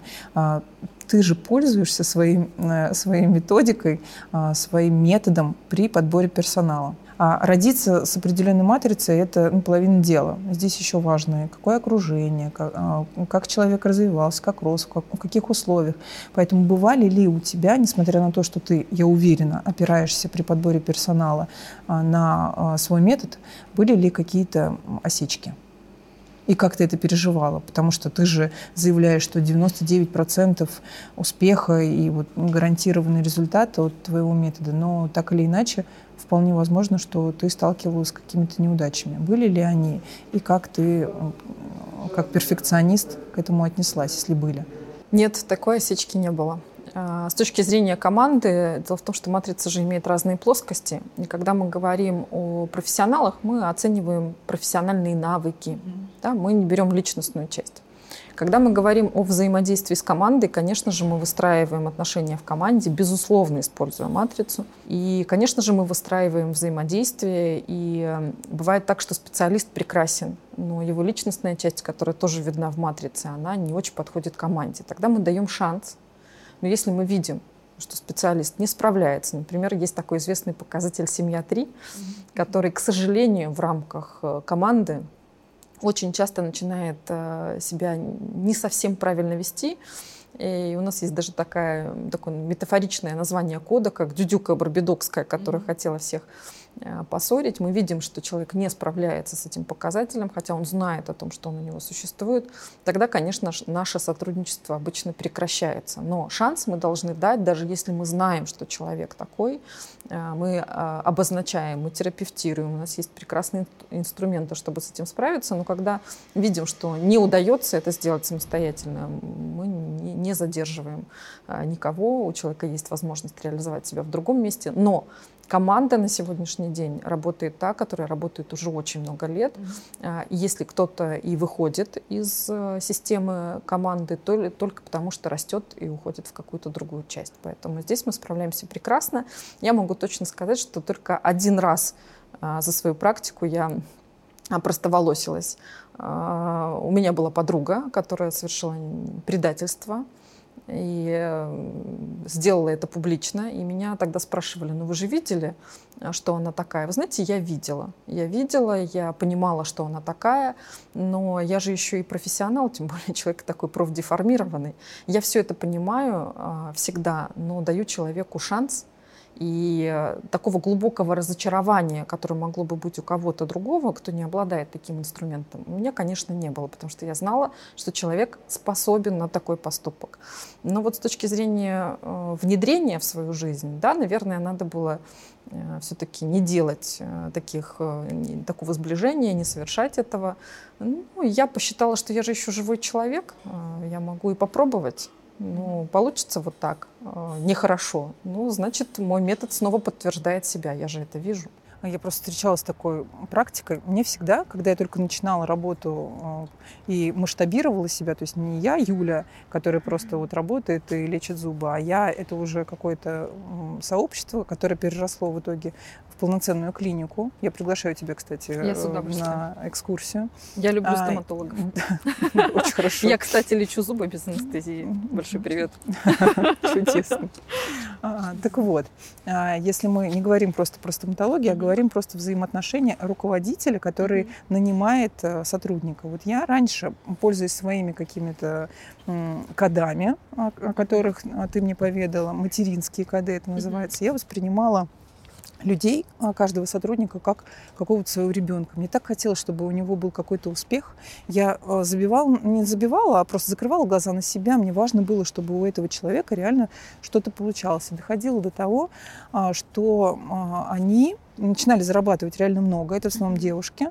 Ты же пользуешься своим, своей методикой, своим методом при подборе персонала. А родиться с определенной матрицей – это ну, половина дела. Здесь еще важно, какое окружение, как, как человек развивался, как рос, в, как, в каких условиях. Поэтому бывали ли у тебя, несмотря на то, что ты, я уверена, опираешься при подборе персонала на свой метод, были ли какие-то осечки? И как ты это переживала? Потому что ты же заявляешь, что девяносто девять процентов успеха и вот гарантированный результат от твоего метода, но так или иначе вполне возможно, что ты сталкивалась с какими-то неудачами. Были ли они? И как ты, как перфекционист, к этому отнеслась, если были? Нет, такой осечки не было. С точки зрения команды, дело в том, что матрица же имеет разные плоскости. И когда мы говорим о профессионалах, мы оцениваем профессиональные навыки. Mm-hmm. Да, мы не берем личностную часть. Когда мы говорим о взаимодействии с командой, конечно же, мы выстраиваем отношения в команде, безусловно, используя матрицу. И, конечно же, мы выстраиваем взаимодействие. И бывает так, что специалист прекрасен, но его личностная часть, которая тоже видна в матрице, она не очень подходит команде. Тогда мы даем шанс. Но если мы видим, что специалист не справляется, например, есть такой известный показатель «семья три», mm-hmm. который, к сожалению, в рамках команды очень часто начинает себя не совсем правильно вести. И у нас есть даже такая, такое метафоричное название кода, как дюдюка барбидокская, которая mm-hmm. хотела всех поссорить. Мы видим, что человек не справляется с этим показателем, хотя он знает о том, что он у него существует. Тогда, конечно, наше сотрудничество обычно прекращается. Но шанс мы должны дать, даже если мы знаем, что человек такой. Мы обозначаем, мы терапевтируем, у нас есть прекрасные инструменты, чтобы с этим справиться. Но когда видим, что не удается это сделать самостоятельно, мы не задерживаем никого. У человека есть возможность реализовать себя в другом месте. Но команда на сегодняшний день работает та, которая работает уже очень много лет. Mm-hmm. Если кто-то и выходит из системы команды, то только потому, что растет и уходит в какую-то другую часть. Поэтому здесь мы справляемся прекрасно. Я могу точно сказать, что только один раз за свою практику я опростоволосилась. У меня была подруга, которая совершила предательство. И сделала это публично, и меня тогда спрашивали: ну вы же видели, что она такая? Вы знаете, я видела. Я видела, я понимала, что она такая, но я же еще и профессионал, тем более человек такой профдеформированный. Я все это понимаю всегда, но даю человеку шанс. И такого глубокого разочарования, которое могло бы быть у кого-то другого, кто не обладает таким инструментом, у меня, конечно, не было, потому что я знала, что человек способен на такой поступок. Но вот с точки зрения э, внедрения в свою жизнь, да, наверное, надо было э, все-таки не делать э, таких, э, такого сближения, не совершать этого. Ну, я посчитала, что я же еще живой человек, э, я могу и попробовать. Ну, получится вот так, э, нехорошо. Ну, значит, мой метод снова подтверждает себя, я же это вижу. Я просто встречалась с такой практикой. Мне всегда, когда я только начинала работу э, и масштабировала себя, то есть не я, Юля, которая просто вот работает и лечит зубы, а я — это уже какое-то э, сообщество, которое переросло в итоге в полноценную клинику. Я приглашаю тебя, кстати, на экскурсию. Я люблю стоматологов. Очень хорошо. Я, кстати, лечу зубы без анестезии. Большой привет. Чудесно. Так вот, если мы не говорим просто про стоматологию, а говорим просто взаимоотношения руководителя, который нанимает сотрудника. Вот я раньше, пользуясь своими какими-то кодами, о которых ты мне поведала, материнские коды это называется, я воспринимала людей, каждого сотрудника, как какого-то своего ребенка. Мне так хотелось, чтобы у него был какой-то успех. Я забивала, не забивала, а просто закрывала глаза на себя. Мне важно было, чтобы у этого человека реально что-то получалось. И доходило до того, что они начинали зарабатывать реально много, это в основном девушки,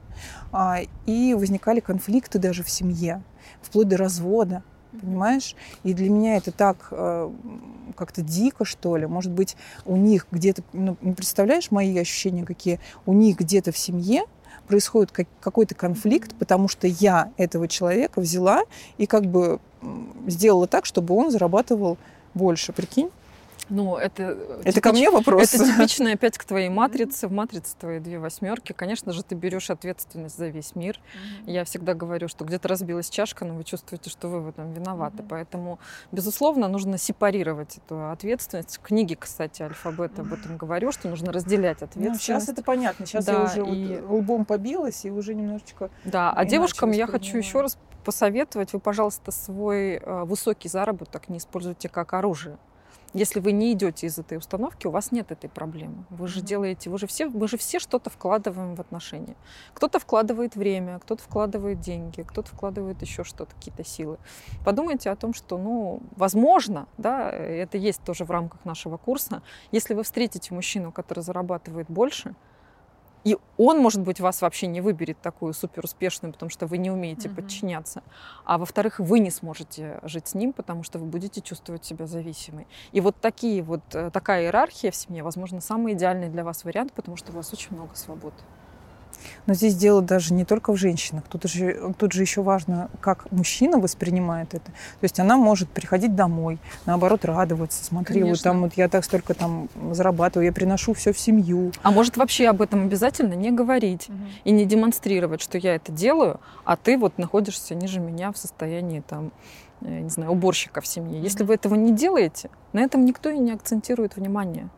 и возникали конфликты даже в семье, вплоть до развода. Понимаешь? И для меня это так как-то дико, что ли. Может быть, у них где-то, ну, представляешь мои ощущения какие? У них где-то в семье происходит как, какой-то конфликт, потому что я этого человека взяла и как бы сделала так, чтобы он зарабатывал больше. Прикинь? Ну, это, это типич, ко мне вопрос. Это типично опять к твоей матрице. В матрице твои две восьмерки. Конечно же, ты берешь ответственность за весь мир. Mm-hmm. Я всегда говорю, что где-то разбилась чашка, но вы чувствуете, что вы в этом виноваты. Mm-hmm. Поэтому, безусловно, нужно сепарировать эту ответственность. В книге, кстати, «Алфабет» об этом говорю, что нужно разделять ответственность. Ну, сейчас это понятно. Сейчас да, я уже и... вот лбом побилась и уже немножечко... Да, а девушкам я хочу еще раз посоветовать. Вы, пожалуйста, свой э, высокий заработок не используйте как оружие. Если вы не идете из этой установки, у вас нет этой проблемы. Вы же делаете, вы же все, мы же все что-то вкладываем в отношения. Кто-то вкладывает время, кто-то вкладывает деньги, кто-то вкладывает еще что-то, какие-то силы. Подумайте о том, что, ну, возможно, да, это есть тоже в рамках нашего курса, если вы встретите мужчину, который зарабатывает больше, и он, может быть, вас вообще не выберет такую суперуспешную, потому что вы не умеете uh-huh. подчиняться. А во-вторых, вы не сможете жить с ним, потому что вы будете чувствовать себя зависимой. И вот, такие вот такая иерархия в семье, возможно, самый идеальный для вас вариант, потому что у вас очень много свободы. Но здесь дело даже не только в женщинах. Тут же, тут же еще важно, как мужчина воспринимает это. То есть она может приходить домой, наоборот, радоваться. Смотри, вот там вот я так столько там зарабатываю, я приношу все в семью. А может вообще об этом обязательно не говорить угу. и не демонстрировать, что я это делаю, а ты вот находишься ниже меня в состоянии там, я не знаю, уборщика в семье. Угу. Если вы этого не делаете, на этом никто и не акцентирует внимание.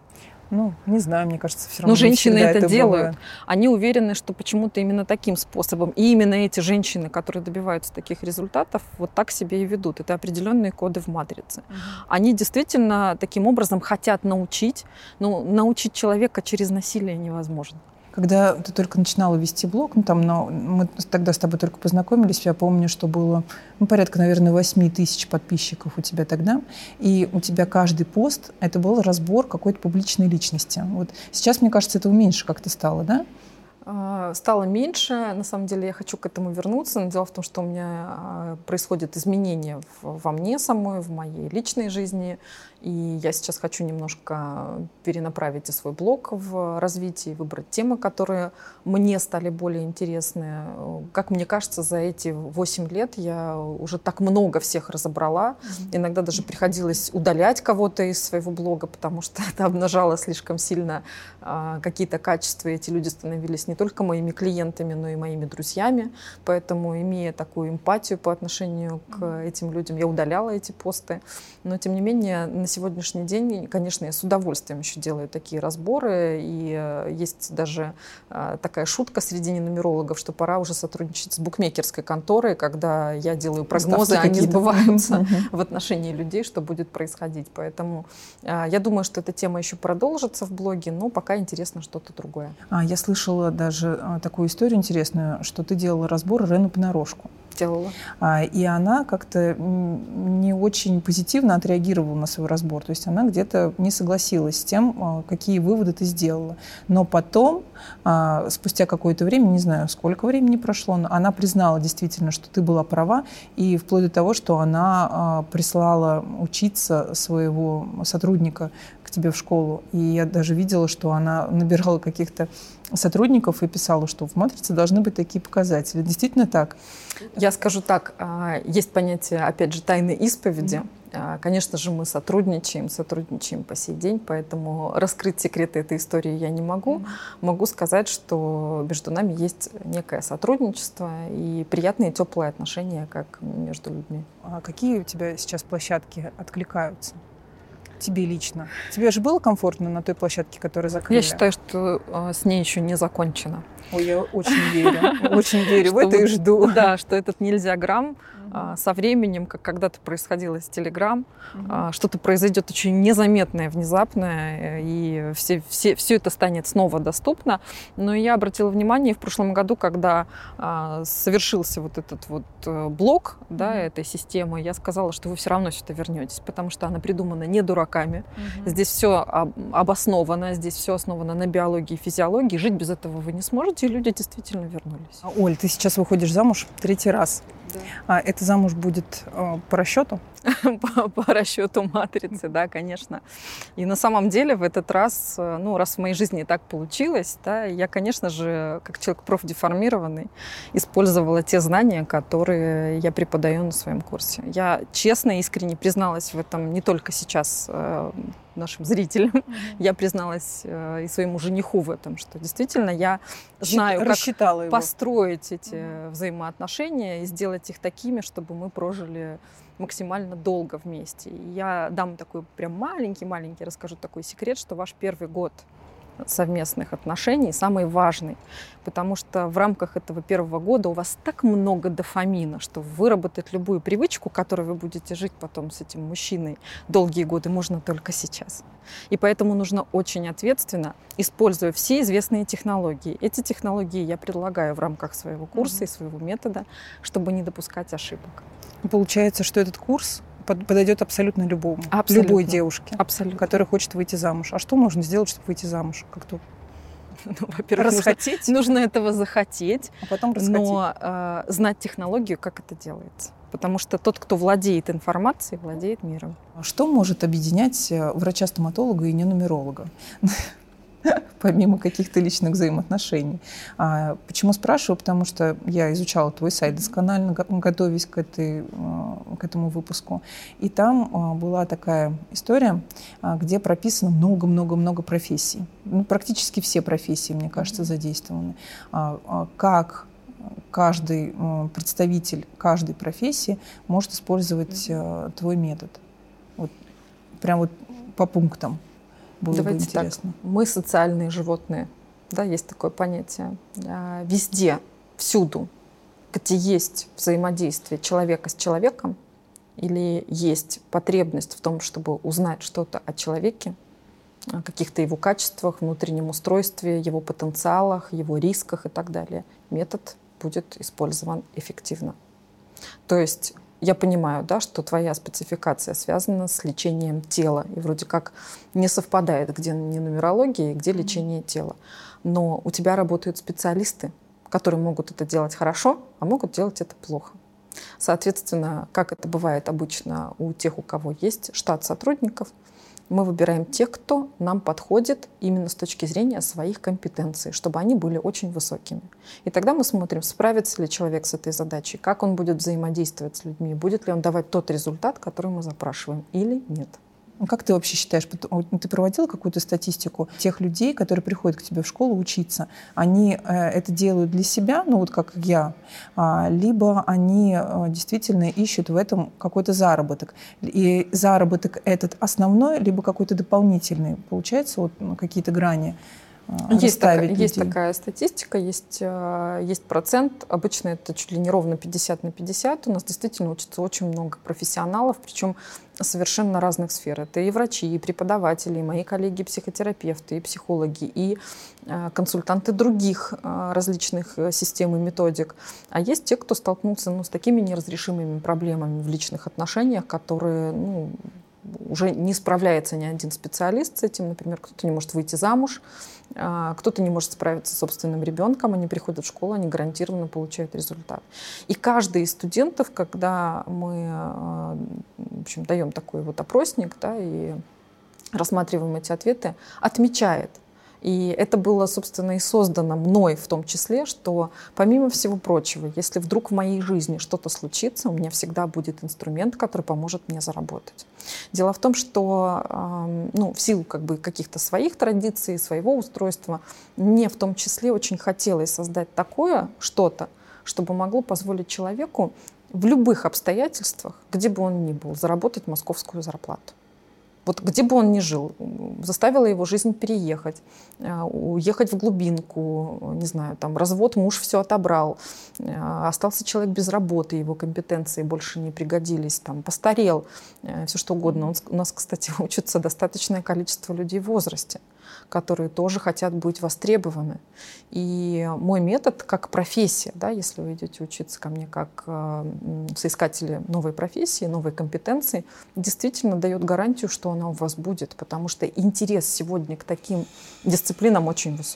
Ну, не знаю, мне кажется, все равно. Но женщины это, это делают. Бывает. Они уверены, что почему-то именно таким способом. И именно эти женщины, которые добиваются таких результатов, вот так себя и ведут. Это определенные коды в матрице. Угу. Они действительно таким образом хотят научить. Но научить человека через насилие невозможно. Когда ты только начинала вести блог, ну, там, но мы тогда с тобой только познакомились, я помню, что было ну, порядка, наверное, восемь тысяч подписчиков у тебя тогда, и у тебя каждый пост — это был разбор какой-то публичной личности. Вот сейчас, мне кажется, этого меньше как-то стало, да? Стало меньше. На самом деле я хочу к этому вернуться. Но дело в том, что у меня происходят изменения во мне самой, в моей личной жизни. И я сейчас хочу немножко перенаправить и свой блог в развитии, выбрать темы, которые мне стали более интересны. Как мне кажется, за эти восемь лет я уже так много всех разобрала. Mm-hmm. Иногда даже приходилось удалять кого-то из своего блога, потому что это обнажало слишком сильно а, какие-то качества. Эти люди становились не только моими клиентами, но и моими друзьями. Поэтому, имея такую эмпатию по отношению к mm-hmm. этим людям, я удаляла эти посты. Но, тем не менее, на сегодняшний день, конечно, я с удовольствием еще делаю такие разборы. И э, есть даже э, такая шутка среди ненумерологов, что пора уже сотрудничать с букмекерской конторой, когда я делаю прогнозы, а они сбываются mm-hmm. в отношении людей, что будет происходить. Поэтому э, я думаю, что эта тема еще продолжится в блоге, но пока интересно что-то другое. А, я слышала даже такую историю интересную, что ты делала разбор Рену понарошку. Делала. А, и она как-то не очень позитивно отреагировала на свой разбор. То есть она где-то не согласилась с тем, какие выводы ты сделала. Но потом, а, спустя какое-то время, не знаю, сколько времени прошло, но она признала действительно, что ты была права, и вплоть до того, что она а, прислала учиться своего сотрудника к тебе в школу. И я даже видела, что она набирала каких-то сотрудников и писала, что в матрице должны быть такие показатели. Действительно так? Я скажу так. Есть понятие, опять же, тайной исповеди. Mm-hmm. Конечно же, мы сотрудничаем, сотрудничаем по сей день, поэтому раскрыть секреты этой истории я не могу. Mm-hmm. Могу сказать, что между нами есть некое сотрудничество и приятные теплые отношения, как между людьми. А какие у тебя сейчас площадки откликаются? Тебе лично. Тебе же было комфортно на той площадке, которую закрыли? Я считаю, что э, с ней еще не закончено. Ой, я очень верю. Очень верю в это и жду. Да, что этот нельзя-грамм со временем, как когда-то происходило с Телеграм, uh-huh. что-то произойдет очень незаметное, внезапное, и все, все, все это станет снова доступно. Но я обратила внимание в прошлом году, когда а, совершился вот этот вот блок uh-huh. да, этой системы, я сказала, что вы все равно сюда вернетесь, потому что она придумана не дураками. Uh-huh. Здесь все об, обосновано, здесь все основано на биологии и физиологии. Жить без этого вы не сможете, и люди действительно вернулись. Оль, ты сейчас выходишь замуж третий раз. А это замуж будет э, по расчету? по, по расчету матрицы, да, конечно. И на самом деле в этот раз, ну, раз в моей жизни так получилось, да, я, конечно же, как человек профдеформированный, использовала те знания, которые я преподаю на своем курсе. Я честно и искренне призналась в этом не только сейчас э, нашим зрителям, mm-hmm. я призналась э, и своему жениху в этом, что действительно я знаю, как его. построить эти mm-hmm. взаимоотношения и сделать их такими, чтобы мы прожили максимально долго вместе. И я дам такой прям маленький-маленький, расскажу такой секрет, что ваш первый год совместных отношений самый важный, потому что в рамках этого первого года у вас так много дофамина, что выработать любую привычку, которой вы будете жить потом с этим мужчиной долгие годы, можно только сейчас. И поэтому нужно очень ответственно, используя все известные технологии. Эти технологии я предлагаю в рамках своего курса mm-hmm. и своего метода, чтобы не допускать ошибок. Получается, что этот курс подойдет абсолютно любому, абсолютно. любой девушке, абсолютно. которая хочет выйти замуж. А что можно сделать, чтобы выйти замуж? Как-то ну, во-первых, расхотеть. Нужно, нужно этого захотеть, а потом расхотеть. Но э, знать технологию, как это делается. Потому что тот, кто владеет информацией, владеет миром. Что может объединять врача-стоматолога и ненумеролога? Помимо каких-то личных взаимоотношений. А почему спрашиваю? Потому что я изучала твой сайт досконально, готовясь к, этой, к этому выпуску. И там была такая история, где прописано много-много-много профессий. Ну, практически все профессии, мне кажется, задействованы. Как каждый представитель каждой профессии может использовать твой метод? Вот, прям вот по пунктам. Было Давайте бы интересно. Так, мы социальные животные, да, есть такое понятие. Везде, всюду, где есть взаимодействие человека с человеком или есть потребность в том, чтобы узнать что-то о человеке, о каких-то его качествах, внутреннем устройстве, его потенциалах, его рисках и так далее, метод будет использован эффективно. То есть я понимаю, да, что твоя спецификация связана с лечением тела. И вроде как не совпадает, где не нумерология, где лечение тела. Но у тебя работают специалисты, которые могут это делать хорошо, а могут делать это плохо. Соответственно, как это бывает обычно у тех, у кого есть штат сотрудников, мы выбираем тех, кто нам подходит именно с точки зрения своих компетенций, чтобы они были очень высокими. И тогда мы смотрим, справится ли человек с этой задачей, как он будет взаимодействовать с людьми, будет ли он давать тот результат, который мы запрашиваем, или нет. Как ты вообще считаешь, ты проводила какую-то статистику тех людей, которые приходят к тебе в школу учиться? Они это делают для себя, ну вот как я, либо они действительно ищут в этом какой-то заработок? И заработок этот основной, либо какой-то дополнительный? Получается, вот какие-то грани? Есть, так, есть такая статистика, есть, есть процент, обычно это чуть ли не ровно пятьдесят на пятьдесят. У нас действительно учатся очень много профессионалов, причем совершенно разных сфер. Это и врачи, и преподаватели, и мои коллеги-психотерапевты, и психологи, и консультанты других различных систем и методик. А есть те, кто столкнулся ну, с такими неразрешимыми проблемами в личных отношениях, которые... Ну, уже не справляется ни один специалист с этим. Например, кто-то не может выйти замуж, кто-то не может справиться с собственным ребенком, они приходят в школу, они гарантированно получают результат. И каждый из студентов, когда мы в общем, даем такой вот опросник, да, и рассматриваем эти ответы, отмечает. И это было, собственно, и создано мной в том числе, что помимо всего прочего, если вдруг в моей жизни что-то случится, у меня всегда будет инструмент, который поможет мне заработать. Дело в том, что э, ну, в силу как бы, каких-то своих традиций, своего устройства, мне в том числе очень хотелось создать такое что-то, чтобы могло позволить человеку в любых обстоятельствах, где бы он ни был, заработать московскую зарплату. Вот где бы он ни жил, заставила его жизнь переехать, уехать в глубинку, не знаю, там развод, муж все отобрал, остался человек без работы, его компетенции больше не пригодились, там, постарел, все что угодно. У нас, кстати, учатся достаточное количество людей в возрасте, которые тоже хотят быть востребованы. И мой метод как профессия, да, если вы идете учиться ко мне как э, соискатели новой профессии, новой компетенции, действительно дает гарантию, что она у вас будет, потому что интерес сегодня к таким дисциплинам очень высокий.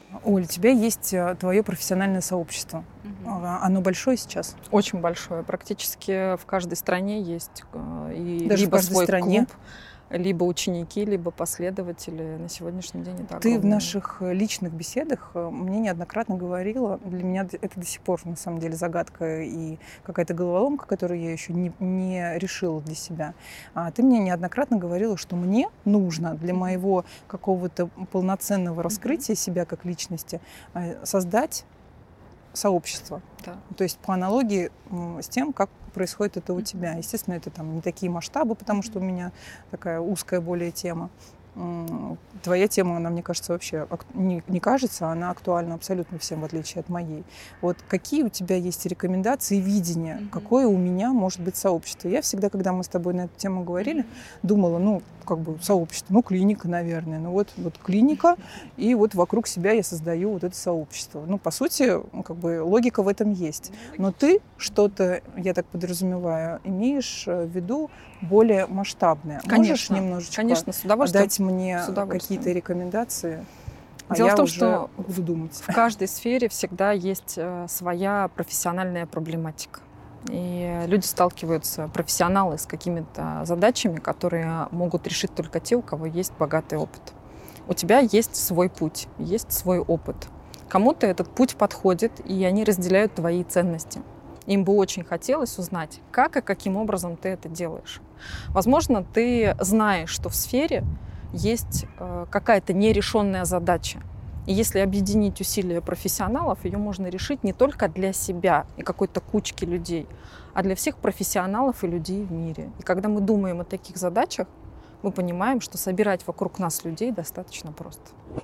Оль, у тебя есть твое профессиональное сообщество. Угу. Оно большое сейчас? Очень большое. Практически в каждой стране есть и Даже либо в каждой свой стране? клуб, либо ученики, либо последователи. На сегодняшний день это Ты огромное. в наших личных беседах мне неоднократно говорила, для меня это до сих пор на самом деле загадка и какая-то головоломка, которую я еще не, не решила для себя. А ты мне неоднократно говорила, что мне нужно для моего какого-то полноценного раскрытия себя как личности создать сообщество. Да. То есть по аналогии с тем, как происходит это у тебя. Естественно, это там не такие масштабы, потому что у меня такая узкая более тема. Твоя тема, она, мне кажется, вообще не, не кажется, она актуальна абсолютно всем, в отличие от моей. Вот какие у тебя есть рекомендации и видение, mm-hmm. какое у меня может быть сообщество? Я всегда, когда мы с тобой на эту тему говорили, думала, ну, как бы сообщество, ну, клиника, наверное. Ну, вот, вот клиника, и вот вокруг себя я создаю вот это сообщество. Ну, по сути, как бы логика в этом есть. Но ты что-то, я так подразумеваю, имеешь в виду более масштабное. Конечно, можешь немножечко конечно, с удовольствием. дать мне какие-то рекомендации? Дело а в том, я что буду думать. В каждой сфере всегда есть своя профессиональная проблематика. И люди сталкиваются, профессионалы, с какими-то задачами, которые могут решить только те, у кого есть богатый опыт. У тебя есть свой путь, есть свой опыт. Кому-то этот путь подходит, и они разделяют твои ценности. Им бы очень хотелось узнать, как и каким образом ты это делаешь. Возможно, ты знаешь, что в сфере есть какая-то нерешенная задача. И если объединить усилия профессионалов, ее можно решить не только для себя и какой-то кучки людей, а для всех профессионалов и людей в мире. И когда мы думаем о таких задачах, мы понимаем, что собирать вокруг нас людей достаточно просто.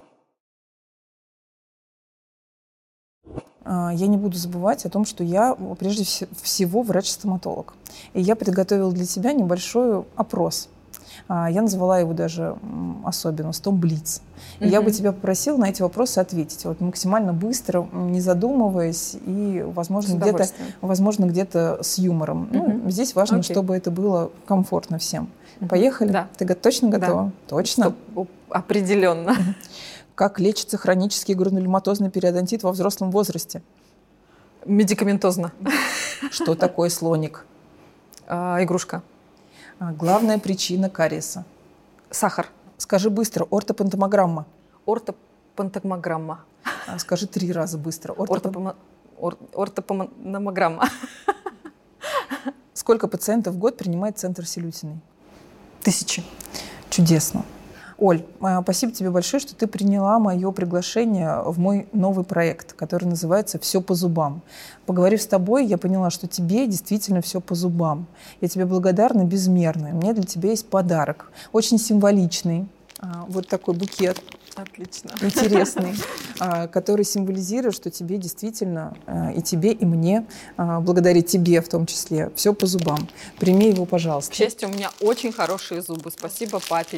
Я не буду забывать о том, что я прежде всего врач-стоматолог. И я подготовила для тебя небольшой опрос. Я назвала его даже особенно «Стомблиц». И mm-hmm. я бы тебя попросила на эти вопросы ответить вот максимально быстро, не задумываясь и, возможно, где-то, возможно, где-то с юмором. Mm-hmm. Ну, здесь важно, okay. чтобы это было комфортно всем. Mm-hmm. Поехали? Да. Ты точно готова? Да. Точно? Стоп. Определенно. Mm-hmm. Как лечится хронический гранулематозный периодонтит во взрослом возрасте? Медикаментозно. Что такое слоник? А, игрушка. Главная причина кариеса. Сахар. Скажи быстро. Ортопантомограмма. Ортопантомограмма. Скажи три раза быстро. Ортопом... Ор... Ортопономограмма. Сколько пациентов в год принимает центр Силютиной? Тысячи. Чудесно. Оль, спасибо тебе большое, что ты приняла мое приглашение в мой новый проект, который называется «Все по зубам». Поговорив с тобой, я поняла, что тебе действительно все по зубам. Я тебе благодарна безмерно. У меня для тебя есть подарок, очень символичный. Вот такой букет. Отлично. Интересный, который символизирует, что тебе действительно, и тебе, и мне, благодаря тебе в том числе, все по зубам. Прими его, пожалуйста. К счастью, у меня очень хорошие зубы. Спасибо папе.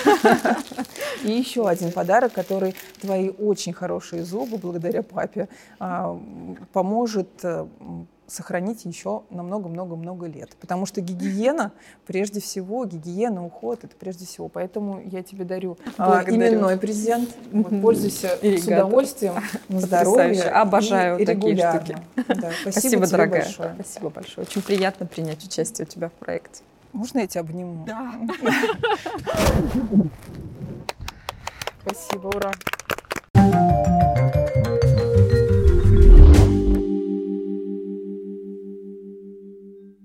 И еще один подарок, который твои очень хорошие зубы, благодаря папе, поможет сохранить еще на много-много-много лет. Потому что гигиена, прежде всего, гигиена, уход, это прежде всего. Поэтому я тебе дарю а, именной презент. Вот, пользуйся и с удовольствием, на здоровье. Обожаю и такие регулярно. штуки. Да, спасибо, спасибо тебе дорогая. большое. Спасибо большое. Очень приятно принять участие у тебя в проекте. Можно я тебя обниму? Да. Спасибо, ура.